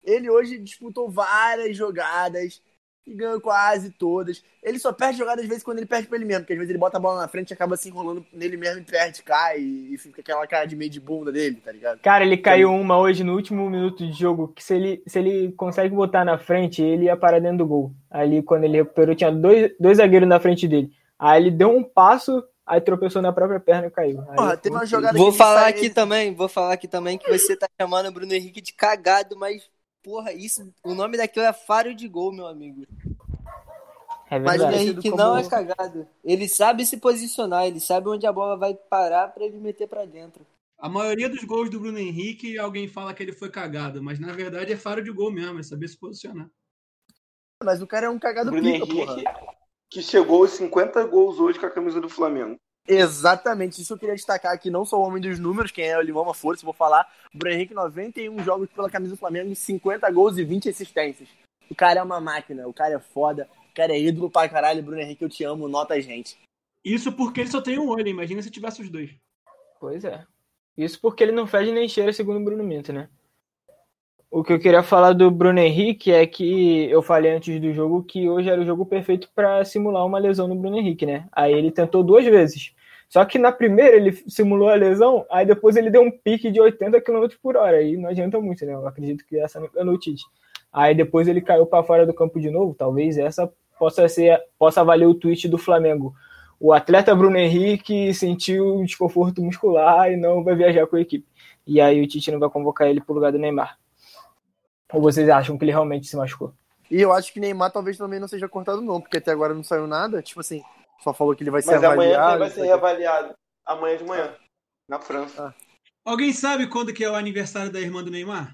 Ele hoje disputou várias jogadas e ganhou quase todas. Ele só perde jogadas às vezes quando ele perde pra ele mesmo, porque às vezes ele bota a bola na frente e acaba se enrolando nele mesmo e perde, cai e fica aquela cara de meio de bunda dele, tá ligado? Cara, ele caiu uma hoje no último minuto de jogo, que se ele, se ele consegue botar na frente, ele ia parar dentro do gol. Ali, quando ele recuperou, tinha dois, dois zagueiros na frente dele. Aí ele deu um passo, aí tropeçou na própria perna e caiu. Aí, Porra, teve uma jogada Vou que falar sai- aqui também, vou falar aqui também que você tá chamando o Bruno Henrique de cagado, mas, porra, isso, o nome daquilo é faro de gol, meu amigo. É Mas o verdade. Henrique como- não é cagado. Ele sabe se posicionar, ele sabe onde a bola vai parar pra ele meter pra dentro. A maioria dos gols do Bruno Henrique, alguém fala que ele foi cagado, mas na verdade é faro de gol mesmo, é saber se posicionar. Mas o cara é um cagado Bruno pica, Henrique, porra. que chegou aos cinquenta gols hoje com a camisa do Flamengo. Exatamente, isso eu queria destacar aqui. Não sou o homem dos números, quem é o Limão, uma força, vou falar. Bruno Henrique, noventa e um jogos pela camisa do Flamengo, cinquenta gols e vinte assistências. O cara é uma máquina, o cara é foda, o cara é ídolo pra caralho. Bruno Henrique, eu te amo, nota a gente. Isso porque ele só tem um olho, imagina se tivesse os dois. Pois é. Isso porque ele não fede nem cheira, segundo o Bruno Minto, né? O que eu queria falar do Bruno Henrique é que eu falei antes do jogo que hoje era o jogo perfeito para simular uma lesão no Bruno Henrique, né? Aí ele tentou duas vezes. Só que na primeira ele simulou a lesão, aí depois ele deu um pique de oitenta quilômetros por hora. Aí não adianta muito, né? Eu acredito que essa não enganou o Tite. Aí depois ele caiu para fora do campo de novo. Talvez essa possa ser, possa valer o tweet do Flamengo. O atleta Bruno Henrique sentiu desconforto muscular e não vai viajar com a equipe. E aí o Tite não vai convocar ele pro lugar do Neymar. Ou vocês acham que ele realmente se machucou? E eu acho que Neymar talvez também não seja cortado, não, porque até agora não saiu nada. Tipo assim, só falou que ele vai ser Mas amanhã avaliado. ele vai ser reavaliado. Amanhã de manhã, na França. Alguém sabe quando que é o aniversário da irmã do Neymar?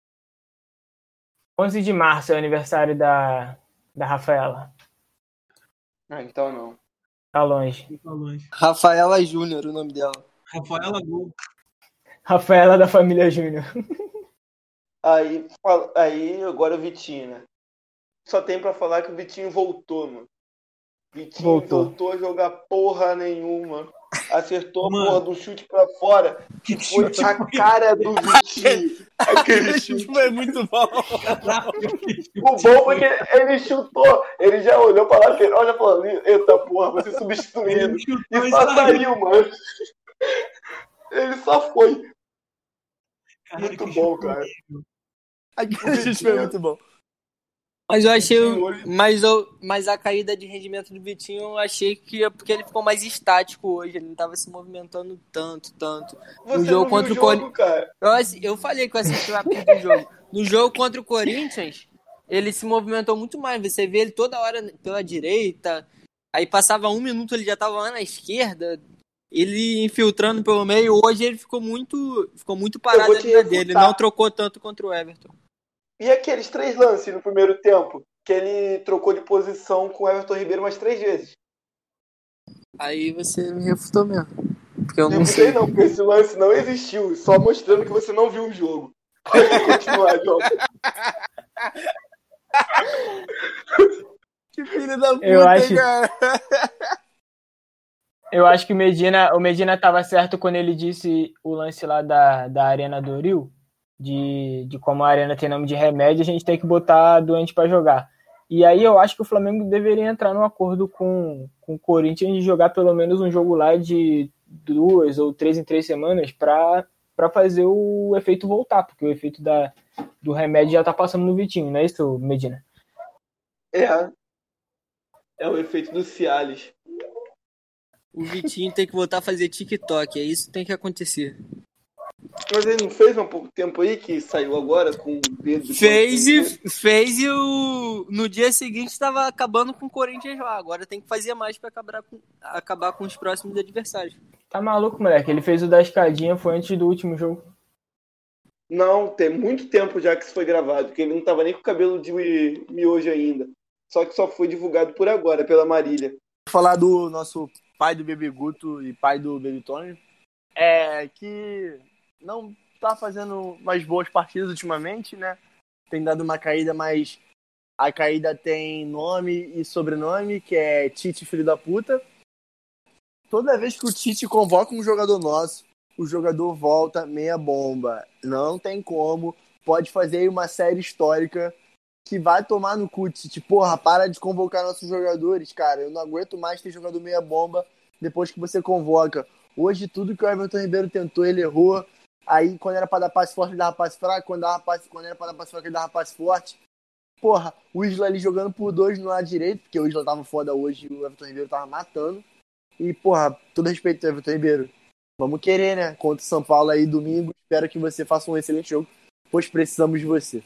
onze de março é o aniversário da, da Rafaela. Ah, então não. Tá longe. Tá longe. Rafaela Júnior, o nome dela. Rafaela Gol. Rafaela da família Júnior. Aí, fala- aí agora o Vitinho, né? Só tem pra falar que o Vitinho voltou, mano. Vitinho Voltou. voltou, a jogar porra nenhuma. Acertou Mano. a porra do chute pra fora, que foi a cara do Vitinho. Aquele chute. Tipo, é muito bom. O bom foi que ele chutou, ele já olhou pra lateral, já falou, eita porra, vai ser substituído. Ele chutou E e só saiu. saiu, mano. Ele só foi. Cara, Muito que bom, chute cara. Aquele chute foi muito bom. Mas eu achei. Vitinho o- hoje- Mas, eu, mas a caída de rendimento do Vitinho eu achei que é porque ele ficou mais estático hoje. Ele não tava se movimentando tanto, tanto. Você No jogo não contra viu o o jogo, Cori- cara. Eu, assi- eu falei que eu assisti uma parte do jogo. No jogo contra o Corinthians, ele se movimentou muito mais. Você vê ele toda hora pela direita. Aí passava um minuto, ele já tava lá na esquerda. Ele infiltrando pelo meio. Hoje ele ficou muito, ficou muito parado vou ali te na dele. refutar. Não trocou tanto contra o Everton. E aqueles três lances no primeiro tempo, que ele trocou de posição com o Everton Ribeiro umas três vezes? Aí você me refutou mesmo. Porque eu Eu não não sei. sei não, porque esse lance não existiu, só mostrando que você não viu o jogo. Pode continuar, João. Que filho da puta, Eu acho- cara. Eu acho que o Medina, o Medina tava certo quando ele disse o lance lá da, da Arena do Rio, de, de como a Arena tem nome de remédio, a gente tem que botar doente pra jogar. E aí eu acho que o Flamengo deveria entrar num acordo com, com o Corinthians de jogar pelo menos um jogo lá de duas ou três em três semanas pra, pra fazer o efeito voltar, porque o efeito da, do remédio já tá passando no Vitinho, não é isso, Medina? É. É o efeito do Cialis. O Vitinho tem que voltar a fazer TikTok. É isso que tem que acontecer. Mas ele não fez há um pouco tempo aí, que saiu agora com o dedo de Fez dele? e, fez e o, no dia seguinte estava acabando com o Corinthians lá. Agora tem que fazer mais para acabar com, acabar com os próximos adversários. Tá maluco, moleque? Ele fez o da escadinha, foi antes do último jogo. Não, tem muito tempo já que isso foi gravado, porque ele não tava nem com o cabelo de miojo ainda. Só que só foi divulgado por agora, pela Marília. Vou falar do nosso pai do Bebê Guto e pai do Baby Tony. É que não tá fazendo mais boas partidas ultimamente, né? Tem dado uma caída, mas a caída tem nome e sobrenome, que é Tite Filho da Puta. Toda vez que o Tite convoca um jogador nosso, o jogador volta meia bomba. Não tem como. pode fazer aí uma série histórica que vai tomar no cu. Tipo, porra, para de convocar nossos jogadores, cara. Eu não aguento mais ter jogador meia bomba depois que você convoca. Hoje, tudo que o Everton Ribeiro tentou, ele errou. Aí, quando era pra dar passe forte, ele dava passe fraco. Quando, dava passe, quando era pra dar passe fraco, ele dava passe forte. Porra, o Isla ali jogando por dois no lado direito, porque o Isla tava foda hoje e o Everton Ribeiro tava matando. E, porra, todo respeito ao Everton Ribeiro. Vamos querer, né? Contra o São Paulo aí domingo. Espero que você faça um excelente jogo, pois precisamos de você.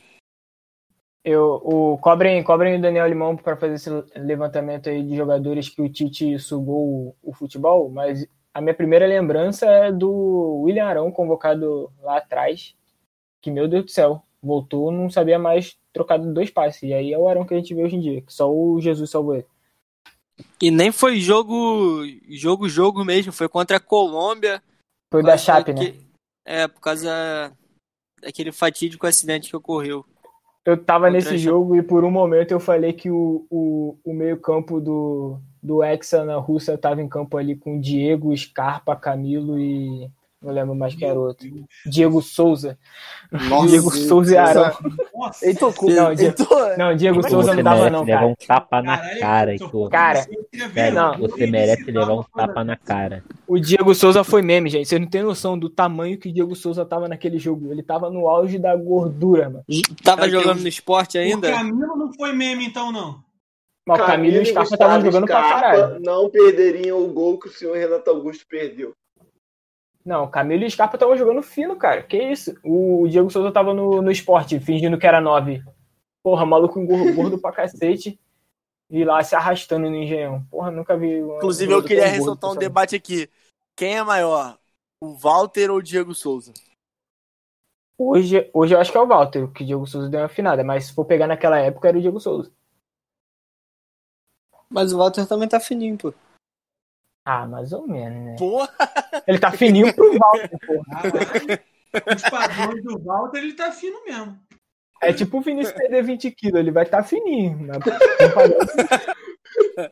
Eu, o, cobrem, cobrem o Daniel Limão para fazer esse levantamento aí de jogadores que o Tite sugou o, o futebol, mas a minha primeira lembrança é do William Arão, convocado lá atrás, que, meu Deus do céu, voltou, não sabia mais trocar dois passes. E aí é o Arão que a gente vê hoje em dia, que só o Jesus salvou ele. E nem foi jogo, jogo, jogo mesmo, foi contra a Colômbia. Foi da Chape, que, né? É, por causa daquele fatídico acidente que ocorreu. Eu tava nesse jogo e por um momento eu falei que o, o, o meio-campo do, do Hexa na Rússia tava em campo ali com Diego, Scarpa, Camilo e. Não lembro mais quem era outro. Diego Souza. Nossa, Diego Souza e Arão. Ele tocou. Não, Ele Diego, to... não, Diego Você Souza não tava, não, levar cara. um tapa na Caralho, cara, eu tô- Heitor. Cara, Sério, não. você merece levar um tapa na cara. O Diego Souza foi meme, gente. Vocês não têm noção do tamanho que o Diego Souza tava naquele jogo. Ele tava no auge da gordura, mano. Tava Cara, jogando tem- no esporte O ainda? Camilo não foi meme, então, não. Mas o Camilo e o Scarpa estavam jogando pra caralho. Não perderiam o gol que o senhor Renato Augusto perdeu. Não, o Camilo e o Scarpa estavam jogando fino, cara. Que isso? O Diego Souza tava no, no esporte, fingindo que era nove. Porra, maluco gordo, gordo pra cacete. E lá se arrastando no Engenhão. Porra, nunca vi. Um Inclusive, eu queria ressaltar um debate aqui. Quem é maior? O Walter ou o Diego Souza? Hoje, hoje eu acho que é o Walter, que o Diego Souza deu uma afinada. Mas se for pegar naquela época, era o Diego Souza. Mas o Walter também tá fininho, pô. Ah, mais ou menos, né? Porra! Ele tá fininho pro Walter, porra. Caralho. Os padrões do Walter, ele tá fino mesmo. É tipo o Vinícius perder vinte quilos, ele vai estar tá fininho. Mas não parece.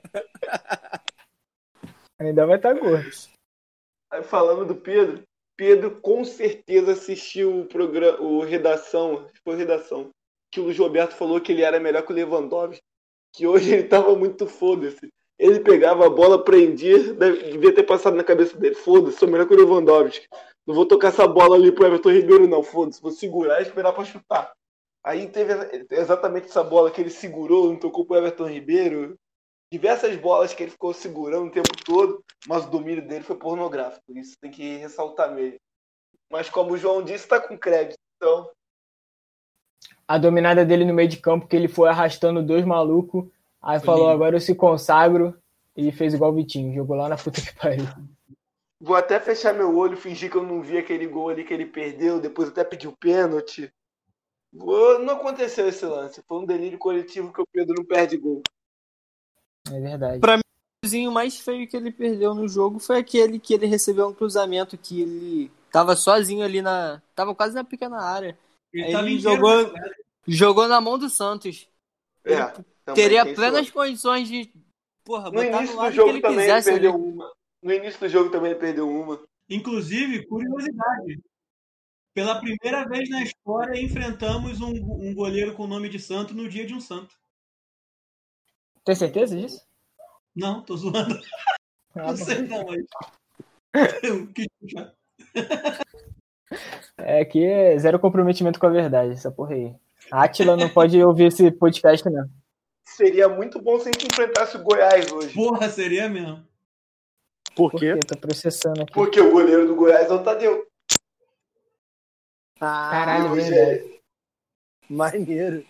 Ainda vai estar tá gordo. Aí, falando do Pedro, Pedro com certeza assistiu o programa, o Redação, foi Redação, que o Luiz Roberto falou que ele era melhor que o Lewandowski, que hoje ele tava muito foda-se. Ele pegava a bola, prendia, devia ter passado na cabeça dele, foda-se, sou melhor que o Lewandowski. Não vou tocar essa bola ali pro Everton Ribeiro não, foda-se, vou segurar e esperar pra chutar. Aí teve exatamente essa bola que ele segurou, não tocou pro Everton Ribeiro. Diversas bolas que ele ficou segurando o tempo todo, mas o domínio dele foi pornográfico. Isso tem que ressaltar mesmo. Mas como o João disse, tá com crédito, então... A dominada dele no meio de campo, que ele foi arrastando dois malucos, aí Foi falou, lindo. agora eu se consagro, e fez igual o Vitinho, jogou lá na puta que pariu. Vou até fechar meu olho, fingir que eu não vi aquele gol ali que ele perdeu, depois até pediu pênalti. Vou- Não aconteceu esse lance, foi um delírio coletivo que o Pedro não perde gol. É verdade. Pra- O cozinho mais feio que ele perdeu no jogo foi aquele que ele recebeu um cruzamento que ele tava sozinho ali na... Tava quase na pequena área. Ele Aí tava ele inteiro, jogou- né? Jogou na mão do Santos. É, Ele também teria tem esse plenas lance. condições de, porra, No botar início no do lado que jogo ele também ele quisesse ali. perdeu uma. No início do jogo também ele perdeu uma. Inclusive, curiosidade. Pela primeira vez na história, enfrentamos um, um goleiro com nome de santo no dia de um santo. Tem certeza disso? Não, tô zoando. Ah, Não sei não, mas... Eu quis puxar. É que é zero comprometimento com a verdade, essa porra aí. A Átila não pode ouvir esse podcast, não. Seria muito bom se a gente enfrentasse o Goiás hoje. Porra, seria mesmo. Por Por quê? quê? Tô processando aqui. Porque o goleiro do Goiás é o Tadeu. Ah, Caralho, Hoje verdade. maneiro.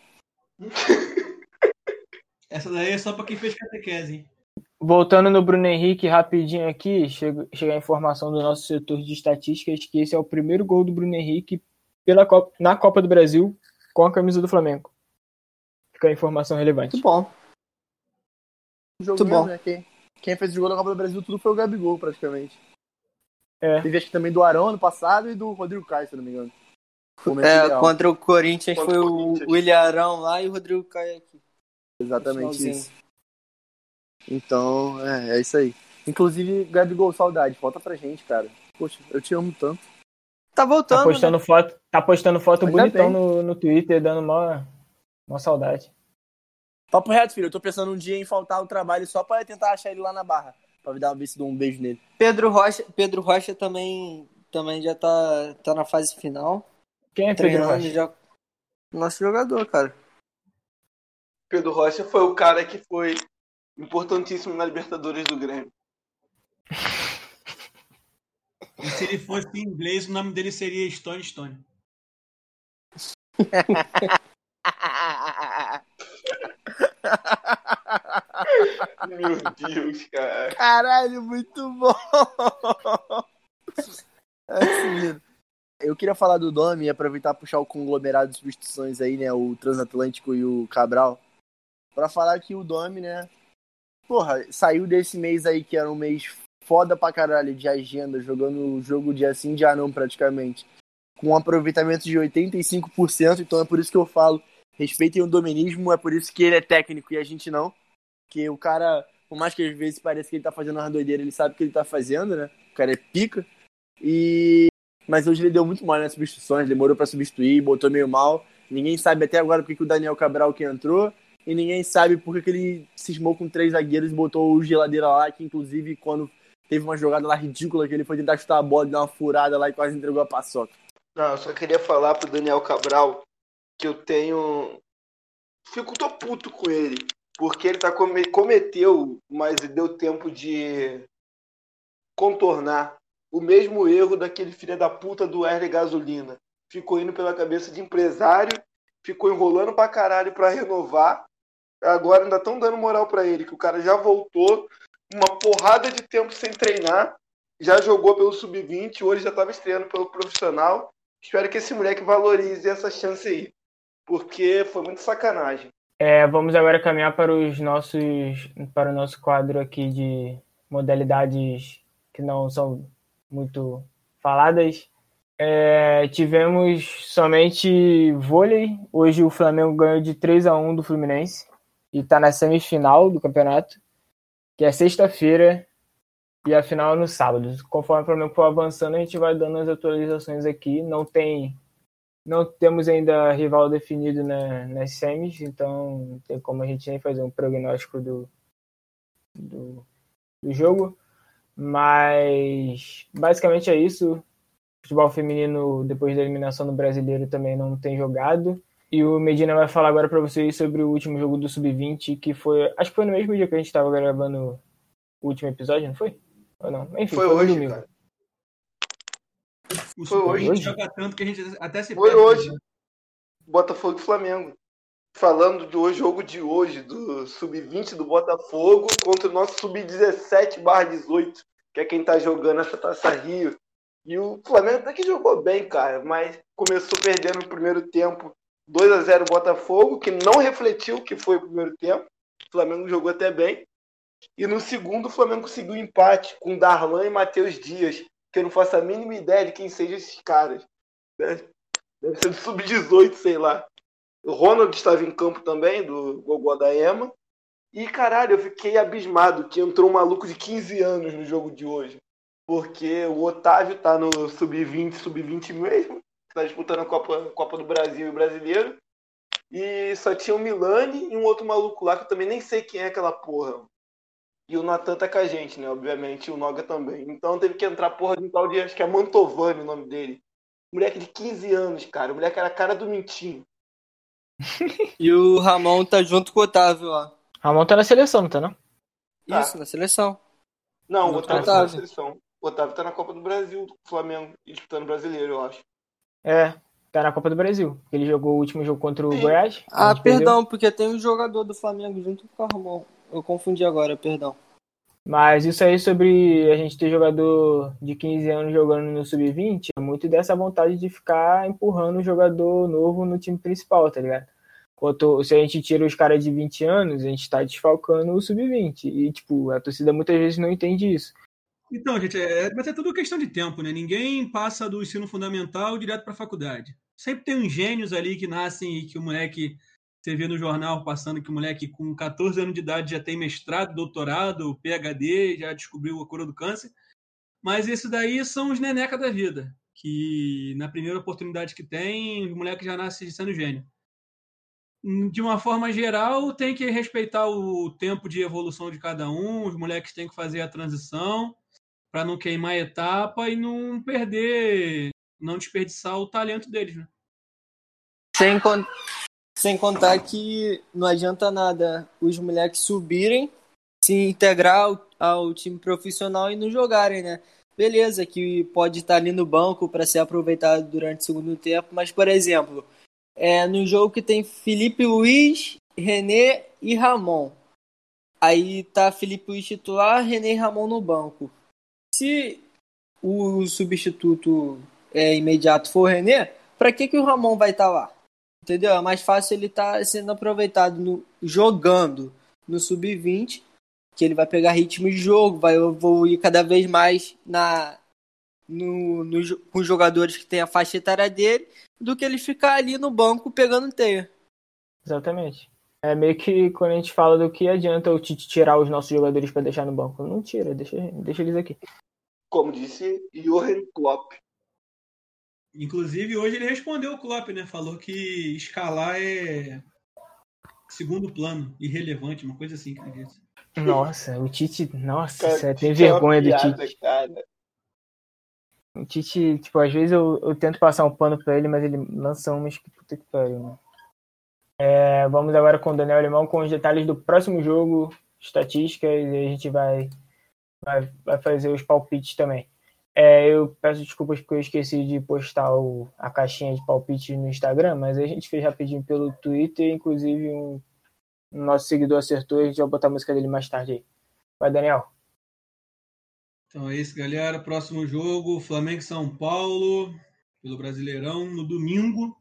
Essa daí é só pra quem fez catequese, hein? Voltando no Bruno Henrique, rapidinho aqui, chega, chega a informação do nosso setor de estatísticas que esse é o primeiro gol do Bruno Henrique pela Copa, na Copa do Brasil com a camisa do Flamengo. Fica a informação relevante. Muito bom. O jogo Muito mesmo, bom. né? Quem, quem fez o gol da Copa do Brasil tudo foi o Gabigol, praticamente. É. Teve acho que também do Arão ano passado e do Rodrigo Caio, se não me engano. Momento É, ideal. contra o Corinthians Contra foi o o Corinthians. William Arão lá e o Rodrigo Caio aqui. Exatamente Finalzinho. isso. Então, é, é isso aí. Inclusive, Gabigol, saudade. Volta pra gente, cara. Poxa, eu te amo tanto. Tá voltando, Tá postando né? foto, tá postando foto Ainda bonitão bem. no, no Twitter, dando mó, mó saudade. Papo reto, filho. Eu tô pensando um dia em faltar o trabalho só pra tentar achar ele lá na Barra. Pra dar, ver se dou um beijo nele. Pedro Rocha, Pedro Rocha também, também já tá, tá na fase final. Quem é Pedro Treinando Rocha? já. Nosso jogador, cara. Pedro Rocha foi o cara que foi importantíssimo na Libertadores do Grêmio. E se ele fosse em inglês, o nome dele seria Stone Stone. Meu Deus, cara. Caralho, muito bom! Assim, eu queria falar do Domi e aproveitar e puxar o conglomerado de substituições aí, né? O Transatlântico e o Cabral. Pra falar que o Domi, né? Porra, saiu desse mês aí que era um mês foda pra caralho de agenda, jogando o jogo dia sim, dia não praticamente. Com um aproveitamento de oitenta e cinco por cento, então é por isso que eu falo, respeitem o dominismo, é por isso que ele é técnico e a gente não. Porque o cara, por mais que às vezes pareça que ele tá fazendo uma doideira, ele sabe o que ele tá fazendo, né? O cara é pica. E... Mas hoje ele deu muito mal nas substituições, demorou pra substituir, botou meio mal. Ninguém sabe até agora porque que o Daniel Cabral que entrou. E ninguém sabe porque que ele cismou com três zagueiros e botou o Geladeira lá, que inclusive quando teve uma jogada lá ridícula que ele foi tentar chutar a bola e dar uma furada lá e quase entregou a paçoca. Não, eu só queria falar pro Daniel Cabral que eu tenho... Fico tô puto com ele. Porque ele tá come... cometeu, mas deu tempo de contornar o mesmo erro daquele filho da puta do Wesley Gasolina. Ficou indo pela cabeça de empresário, ficou enrolando pra caralho pra renovar. Agora ainda estão dando moral pra ele, que o cara já voltou uma porrada de tempo sem treinar, já jogou pelo sub vinte, hoje já estava estreando pelo profissional. Espero que esse moleque valorize essa chance aí, porque foi muito sacanagem. É, vamos agora caminhar para os nossos, para o nosso quadro aqui de modalidades que não são muito faladas. É, tivemos somente vôlei. Hoje o Flamengo ganhou de três a um do Fluminense e está na semifinal do campeonato, que é sexta-feira, e a final é no sábado. Conforme o Flamengo for avançando, a gente vai dando as atualizações aqui. Não tem, não temos ainda rival definido na, nas semis, então não tem como a gente nem fazer um prognóstico do, do, do jogo. Mas basicamente é isso. O futebol feminino, depois da eliminação do Brasileiro, também não tem jogado. E o Medina vai falar agora para vocês sobre o último jogo do sub vinte, que foi... Acho que foi no mesmo dia que a gente estava gravando o último episódio, não foi? Ou não? Enfim, foi, foi hoje, domingo. cara. O Foi hoje. a gente joga tanto que a gente até se Foi perde. hoje. Botafogo e Flamengo. Falando do jogo de hoje, do sub vinte do Botafogo contra o nosso sub dezessete barra dezoito, que é quem tá jogando essa Taça Rio. E o Flamengo até que jogou bem, cara, mas começou perdendo no primeiro tempo dois a zero Botafogo, que não refletiu o que foi o primeiro tempo. O Flamengo jogou até bem. E no segundo, o Flamengo conseguiu um empate com Darlan e Matheus Dias, que eu não faço a mínima ideia de quem sejam esses caras. Deve ser do sub dezoito, sei lá. O Ronald estava em campo também, do Gogó da Ema. E, caralho, eu fiquei abismado que entrou um maluco de quinze anos no jogo de hoje. Porque o Otávio tá no sub vinte, sub vinte mesmo. Tá disputando a Copa, Copa do Brasil e o Brasileiro. E só tinha o Milani e um outro maluco lá que eu também nem sei quem é aquela porra. E o Natan tá com a gente, né? Obviamente, e o Noga também. Então teve que entrar porra de um tal de, acho que é Mantovani o nome dele. Moleque de quinze anos, cara. O moleque era a cara do Mintinho. E o Ramon tá junto com o Otávio, ó. Ramon tá na seleção, não tá não? Tá. Isso, na seleção. Não, o Junto com o Otávio tá na Otávio. seleção. O Otávio tá na Copa do Brasil, do Flamengo, e disputando o Brasileiro, eu acho. É, tá na Copa do Brasil. Ele jogou o último jogo contra o Sim. Goiás. a Ah, gente perdeu. perdão, porque tem um jogador do Flamengo junto com o Ramon. Eu confundi agora, perdão. Mas isso aí sobre a gente ter jogador de quinze anos jogando no sub vinte, é muito dessa vontade de ficar empurrando o jogador novo no time principal, tá ligado? Enquanto, se a gente tira os caras de vinte anos, a gente tá desfalcando o sub vinte. E, tipo, a torcida muitas vezes não entende isso. Então, gente, é, mas é tudo questão de tempo, né? Ninguém passa do ensino fundamental direto para a faculdade. Sempre tem uns gênios ali que nascem e que o moleque, você vê no jornal passando que o moleque com catorze anos de idade já tem mestrado, doutorado, P H D, já descobriu a cura do câncer. Mas esses daí são os neneca da vida. que na primeira oportunidade que tem, o moleque já nasce sendo gênio. De uma forma geral, tem que respeitar o tempo de evolução de cada um, os moleques têm que fazer a transição para não queimar a etapa e não perder, não desperdiçar o talento deles, né? Sem, con- sem contar que não adianta nada os moleques subirem, se integrar ao, ao time profissional e não jogarem, né? Beleza, que pode estar ali no banco para ser aproveitado durante o segundo tempo, mas, por exemplo, é, no jogo que tem Felipe Luiz, René e Ramon. Aí tá Felipe Luiz titular, René e Ramon no banco. Se o substituto é, imediato for o René, para que, que o Ramon vai estar lá? Entendeu? É mais fácil ele estar tá sendo aproveitado no, jogando no sub vinte, que ele vai pegar ritmo de jogo, vai evoluir cada vez mais na, no, no, com os jogadores que tem a faixa etária dele, do que ele ficar ali no banco pegando teia. Exatamente. É meio que quando a gente fala do que adianta o Tite tirar os nossos jogadores para deixar no banco. Não tira, deixa, deixa eles aqui. Como disse Jürgen Klopp. Inclusive, hoje ele respondeu o Klopp, né? Falou que escalar é segundo plano, irrelevante, uma coisa assim que ele disse. Nossa, o Tite... Nossa, Cara, você tem Tite é uma vergonha do piada, Tite. cara. O Tite, tipo, às vezes eu, eu tento passar um pano pra ele, mas ele lança umas que puta que pariu, né? É, vamos agora com o Daniel Alemão com os detalhes do próximo jogo, estatísticas, e a gente vai, vai, vai fazer os palpites também. É, eu peço desculpas porque eu esqueci de postar o, a caixinha de palpite no Instagram, mas a gente fez rapidinho pelo Twitter, inclusive um, um nosso seguidor acertou, a gente vai botar a música dele mais tarde aí. Vai, Daniel. Então é isso, galera. Próximo jogo, Flamengo e São Paulo, pelo Brasileirão, no domingo,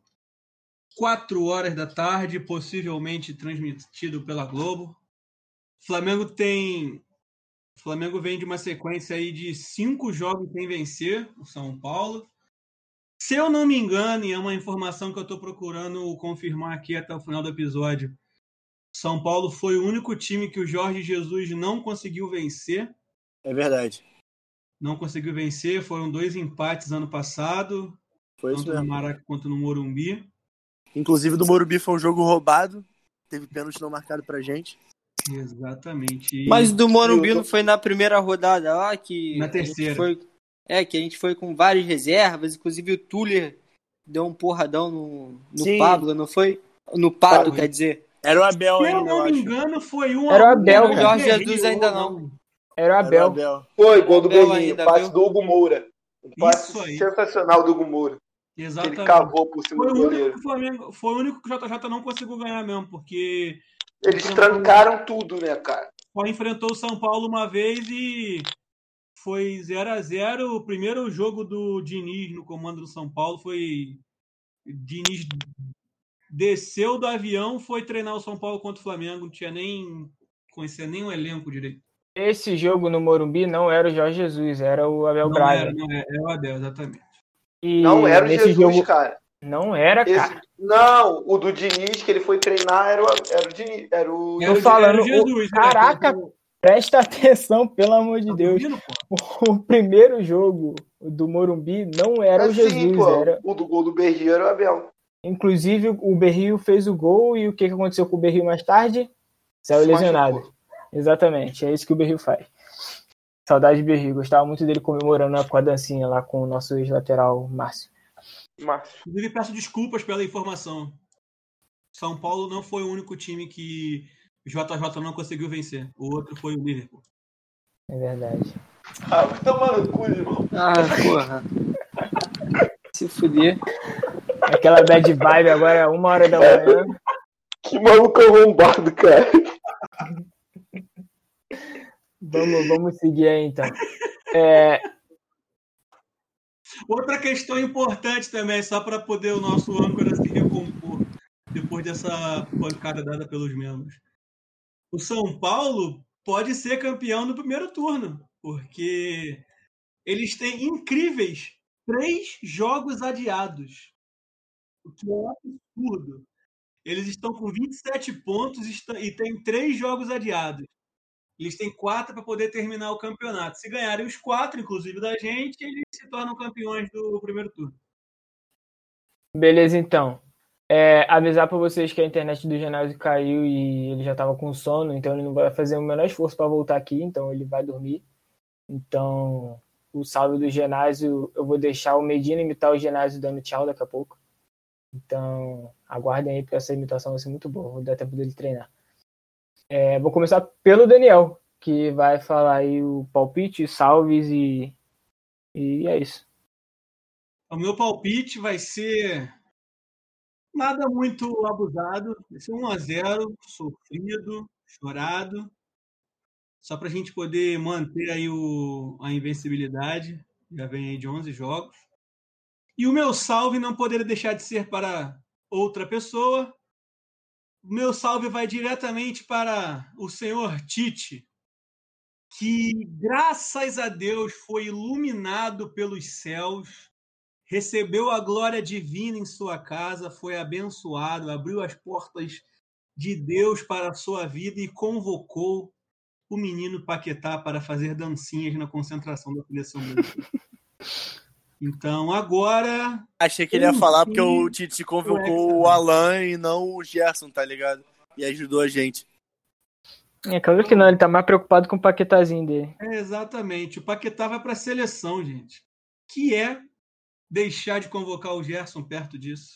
quatro horas da tarde, possivelmente transmitido pela Globo. Flamengo tem... O Flamengo vem de uma sequência aí de cinco jogos sem vencer o São Paulo. Se eu não me engano, e é uma informação que eu estou procurando confirmar aqui até o final do episódio, São Paulo foi o único time que o Jorge Jesus não conseguiu vencer. É verdade. Não conseguiu vencer, foram dois empates ano passado, Foi isso tanto no mesmo. Maraca quanto no Morumbi. Inclusive do Morumbi foi um jogo roubado, teve pênalti não marcado pra gente. Exatamente. E Mas do Morumbi não foi na primeira rodada lá que na a gente terceira. foi, é que a gente foi com várias reservas, inclusive o Tuller deu um porradão no, no Sim. Pablo, não foi? No Pato, Foi. quer dizer. Era o Abel Se eu ainda, eu não me acho. engano, foi um Era o a um, Abel, né? cara. Jorge Guerreiro, Jesus ainda ou não. Era o Era o Abel. Abel. Foi, gol do Abel Berrinho, ainda, passe viu? do Hugo Moura. Um passe Isso aí. sensacional do Hugo Moura. Que ele Exatamente. cavou por cima Foi do o, único goleiro. que o Flamengo, foi o único que o J J não conseguiu ganhar mesmo, porque Eles enfrentou- trancaram tudo, né, cara? só enfrentou o São Paulo uma vez e foi zero a zero. O primeiro jogo do Diniz no comando do São Paulo foi... Diniz desceu do avião, foi treinar o São Paulo contra o Flamengo, não tinha nem... conhecia nem o elenco direito. Esse jogo no Morumbi não era o Jorge Jesus, era o Abel Não Braga. era, não era, é o Abel, exatamente. E Não era o nesse Jesus, jogo... cara. Não era, Esse- cara. Não, o do Diniz, que ele foi treinar, era o, era o Diniz. Era o... Era Tô o- falando, era o Jesus, o- né? caraca, Foi- presta atenção, pelo amor de Tá Deus. ouvindo, pô? O primeiro jogo do Morumbi não era o Mas Jesus, sim, pô, era... o do gol do Berrinho era o Abel. Inclusive, o Berrio fez o gol e o que que aconteceu com o Berrio mais tarde? Saiu Se lesionado. machucou. Exatamente, é isso que o Berrio faz. Saudade de Berrio, gostava muito dele comemorando com a dancinha lá com o nosso ex-lateral Márcio. Márcio. Inclusive, peço desculpas pela informação. São Paulo não foi o único time que o J J não conseguiu vencer. O outro foi o Liverpool. É verdade. Ah, vai tomar no cu, irmão. Ah, porra. Se fuder. Aquela bad vibe agora é uma hora da manhã. Que maluco arrombado, cara. Vamos, vamos seguir aí, então. É, Outra questão importante também, só para poder o nosso âncora se recompor depois dessa pancada dada pelos membros. O São Paulo pode ser campeão no primeiro turno, porque eles têm incríveis três jogos adiados, o que é um absurdo. Eles estão com vinte e sete pontos e estão- e têm três jogos adiados. Eles têm quatro para poder terminar o campeonato. Se ganharem os quatro, inclusive da gente, eles se tornam campeões do primeiro turno. Beleza, então. É, avisar para vocês que a internet do ginásio caiu e ele já estava com sono, então ele não vai fazer o menor esforço para voltar aqui, então ele vai dormir. Então, o salve do ginásio, eu vou deixar o Medina imitar o ginásio dando tchau daqui a pouco. Então, aguardem aí, porque essa imitação vai ser muito boa, vou dar tempo dele treinar. É, vou começar pelo Daniel, que vai falar aí o palpite, salves e, e é isso. O meu palpite vai ser nada muito abusado, vai ser um a zero, sofrido, chorado, só para a gente poder manter aí o, a invencibilidade, já vem aí de onze jogos. E o meu salve não poderia deixar de ser para outra pessoa. O meu salve vai diretamente para o senhor Tite, que, graças a Deus, foi iluminado pelos céus, recebeu a glória divina em sua casa, foi abençoado, abriu as portas de Deus para a sua vida e convocou o menino Paquetá para fazer dancinhas na concentração da seleção brasileira. Então, agora... Achei que ele ia falar porque o Tite convocou o Alan e não o Gerson, tá ligado? E ajudou a gente. É claro que não, ele tá mais preocupado com o Paquetazinho dele. É, exatamente. O Paquetá vai para a seleção, gente. Que é deixar de convocar o Gerson perto disso.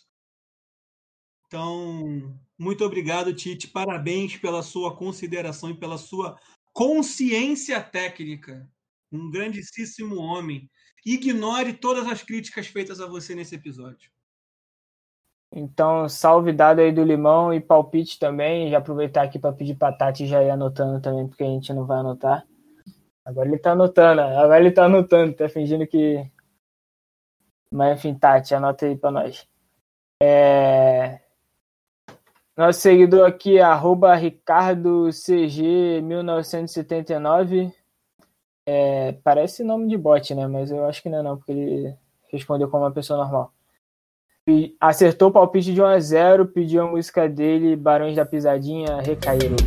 Então, muito obrigado, Tite. Parabéns pela sua consideração e pela sua consciência técnica. Um grandíssimo homem. Ignore todas as críticas feitas a você nesse episódio. Então, salve dado aí do Limão e palpite também. Já aproveitar aqui para pedir pra Tati já ir anotando também, porque a gente não vai anotar. Agora ele tá anotando, agora ele tá anotando, tá fingindo que... Mas enfim, Tati, anota aí pra nós. É... Nosso seguidor aqui é arroba Ricardo C G mil novecentos e setenta e nove. É... Parece nome de bot, né? Mas eu acho que não é não, porque ele respondeu como uma pessoa normal. E acertou o palpite de um a zero, pediu a música dele, Barões da Pisadinha, Recaíram.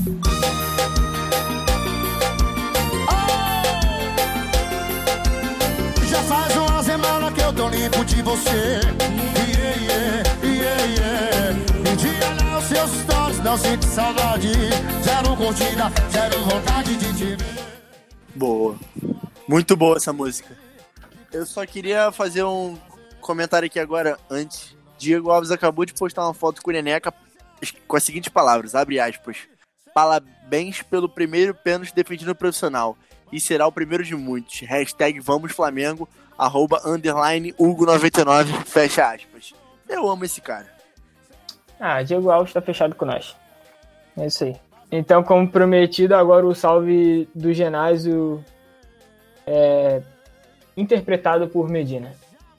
Já faz uma semana que eu tô limpo de você. Yeah, yeah, yeah, yeah. Um dia olhar os seus stories, não sinto saudade. Zero curtida, zero vontade de te ver. Boa. Muito boa essa música. Eu só queria fazer um comentário aqui agora, antes. Diego Alves acabou de postar uma foto com o Neneca com as seguintes palavras, abre aspas. Parabéns pelo primeiro pênalti defendido no profissional. E será o primeiro de muitos. Hashtag Vamos Flamengo, arroba underline Hugo noventa e nove, fecha aspas. Eu amo esse cara. Ah, Diego Alves tá fechado com nós. É isso aí. Então, como prometido, agora o salve do ginásio é interpretado por Medina.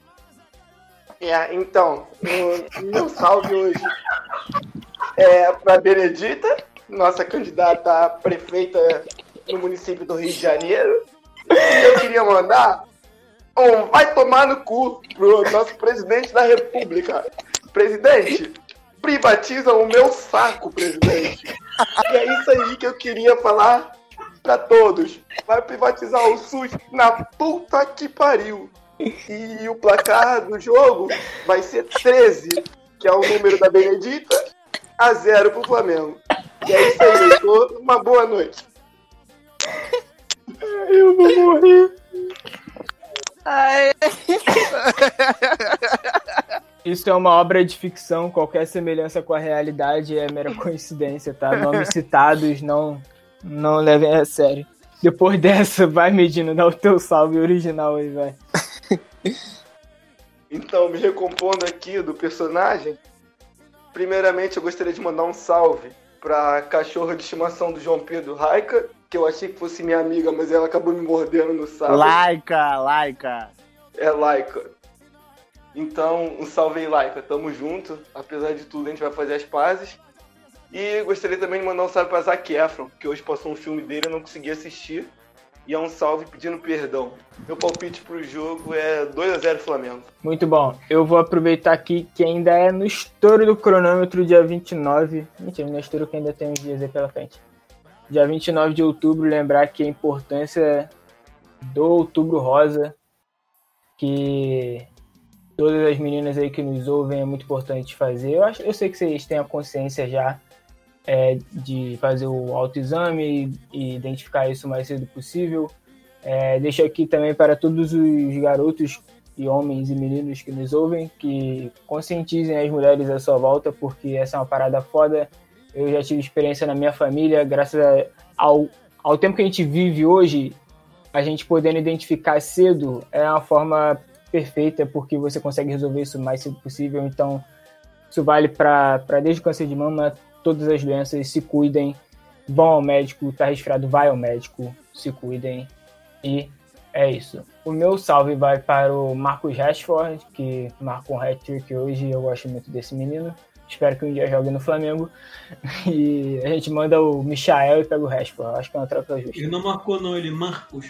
É, então, o meu salve hoje é para Benedita, nossa candidata a prefeita no município do Rio de Janeiro. E eu queria mandar um vai tomar no cu pro nosso presidente da República. Presidente, privatiza o meu saco, presidente. E é isso aí que eu queria falar pra todos. Vai privatizar o SUS na puta que pariu. E o placar do jogo vai ser treze, que é o número da Benedita, a zero pro Flamengo. E é isso aí, Heitor. Uma boa noite. Eu vou morrer. Ai. Isso é uma obra de ficção, qualquer semelhança com a realidade é mera coincidência, tá? Nomes citados não, não levem a sério. Depois dessa, vai, Medina, dá o teu salve original aí, vai. Então, me recompondo aqui do personagem, primeiramente eu gostaria de mandar um salve pra cachorra de estimação do João Pedro, Raika, que eu achei que fosse minha amiga, mas ela acabou me mordendo no sábado. Laika, Laika. É Laika. Então, um salve aí, Laika. Tamo junto. Apesar de tudo, a gente vai fazer as pazes. E gostaria também de mandar um salve pra Zac Efron, que hoje passou um filme dele e eu não consegui assistir. E é um salve pedindo perdão. Meu palpite pro jogo é dois a zero Flamengo. Muito bom. Eu vou aproveitar aqui que ainda é no estouro do cronômetro, dia vinte e nove. Mentira, no estouro que ainda tem uns dias aí pela frente. dia vinte e nove de outubro, lembrar que a importância do Outubro Rosa, que todas as meninas aí que nos ouvem é muito importante fazer. Eu, acho, eu sei que vocês têm a consciência já é, de fazer o autoexame e, e identificar isso o mais cedo possível. É, deixo aqui também para todos os garotos e homens e meninos que nos ouvem, que conscientizem as mulheres à sua volta, porque essa é uma parada foda. Eu já tive experiência na minha família, graças ao, ao tempo que a gente vive hoje, a gente podendo identificar cedo é uma forma perfeita, porque você consegue resolver isso o mais cedo possível. Então, isso vale para desde o câncer de mama, todas as doenças. Se cuidem, vão ao médico, tá resfriado, vai ao médico, se cuidem. E é isso. O meu salve vai para o Marcus Rashford, que marcou um hat-trick hoje. Eu gosto muito desse menino. Espero que um dia jogue no Flamengo. E a gente manda o Michael e pega o Rashford. Acho que é uma troca justa. Ele não marcou não, ele Marcos.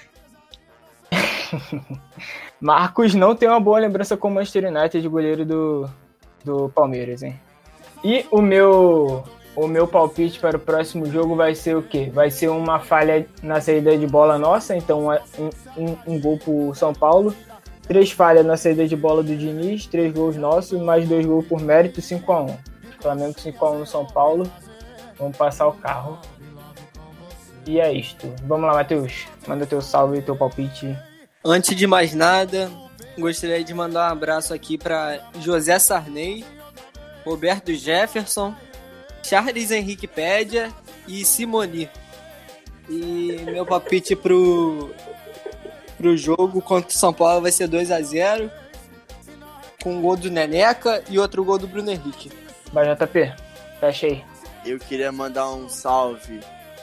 Marcos não tem uma boa lembrança com o Manchester United, de goleiro do, do Palmeiras, hein? E o meu, o meu palpite para o próximo jogo vai ser o quê? Vai ser uma falha na saída de bola nossa, então um, um, um gol por São Paulo, três falhas na saída de bola do Diniz, três gols nossos, mais dois gols por mérito, cinco a um. Flamengo cinco a um no São Paulo, vamos passar o carro. E é isto. Vamos lá, Matheus, manda teu salve e teu palpite. Antes de mais nada, gostaria de mandar um abraço aqui para José Sarney, Roberto Jefferson, Charles Henrique Pédia e Simoni. E meu palpite pro, pro jogo contra o São Paulo vai ser dois a zero, com um gol do Neneca e outro gol do Bruno Henrique. Vai, J P, fecha aí. Eu queria mandar um salve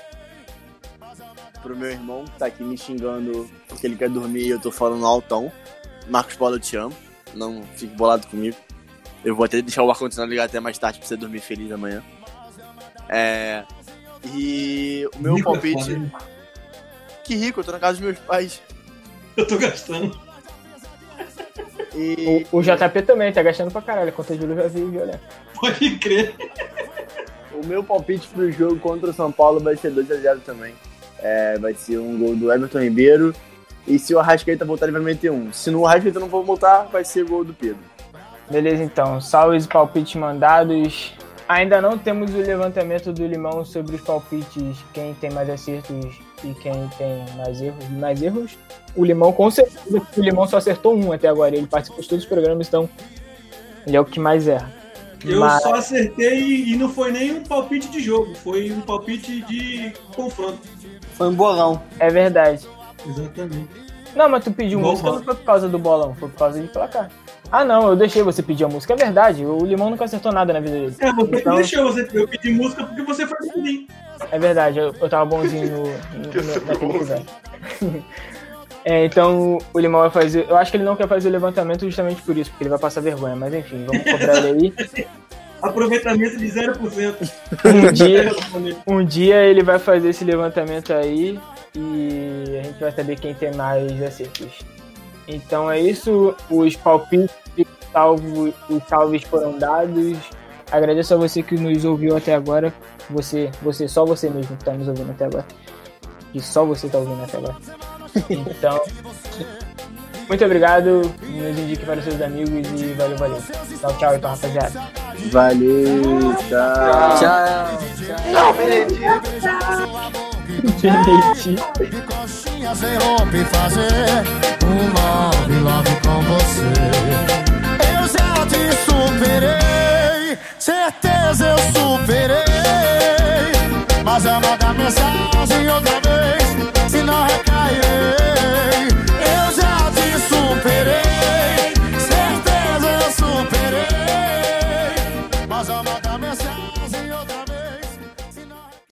pro meu irmão, que tá aqui me xingando porque ele quer dormir e eu tô falando altão. Marcos Paulo, eu te amo. Não fique bolado comigo. Eu vou até deixar o ar-condicionado ligado até mais tarde pra você dormir feliz amanhã. É... E o meu Rico palpite... é foda, né? Que rico, eu tô na casa dos meus pais. Eu tô gastando. E... O, o J P também tá gastando pra caralho. A conta de luz já viu violenta. Pode crer. O meu palpite pro jogo contra o São Paulo vai ser dois a zero também. É, vai ser um gol do Everton Ribeiro. E se o Arrascaeta voltar, ele vai meter um. Se no Arrascaeta não for voltar, vai ser o gol do Pedro. Beleza, então. Salves e palpites mandados. Ainda não temos o levantamento do Limão sobre os palpites, quem tem mais acertos e quem tem mais erros. Mais erros. O Limão, com certeza, o Limão só acertou um até agora. Ele participou de todos os programas, então ele é o que mais erra. Eu Mas... só acertei e não foi nem um palpite de jogo, foi um palpite de confronto. Foi um bolão. É verdade. Exatamente. Não, mas tu pediu Bom, música bom. não foi por causa do bolão, foi por causa de placar. Ah, não, eu deixei você pedir a música. É verdade, o Limão nunca acertou nada na vida dele. É, você Então, deixou você. Eu pedi música porque você foi pra mim. é verdade, eu, eu tava bonzinho no, no, no, naquele episódio. É, então o Limão vai fazer. Eu acho que ele não quer fazer o levantamento justamente por isso, porque ele vai passar vergonha. Mas enfim, vamos cobrar ele aí. Aproveitamento de zero por cento. Um dia, um dia ele vai fazer esse levantamento aí e a gente vai saber quem tem mais acertos. Então é isso, os palpites, salvo, os salves foram dados. Agradeço a você que nos ouviu até agora. Você, você, só você mesmo que tá nos ouvindo até agora. E só você tá ouvindo até agora. Então, muito obrigado. Nos indique para os seus amigos e valeu, valeu. Tchau, tchau, então, rapaziada. Valeu, tchau. Tchau. Não, Benedito. Benedito. De coxinhas eu rompi fazer um love, love com você. Eu já te superei, certeza eu superei. Mas eu mando mensagem outra vez, se não recairei. Eu já te superei, certeza eu superei. Mas eu mando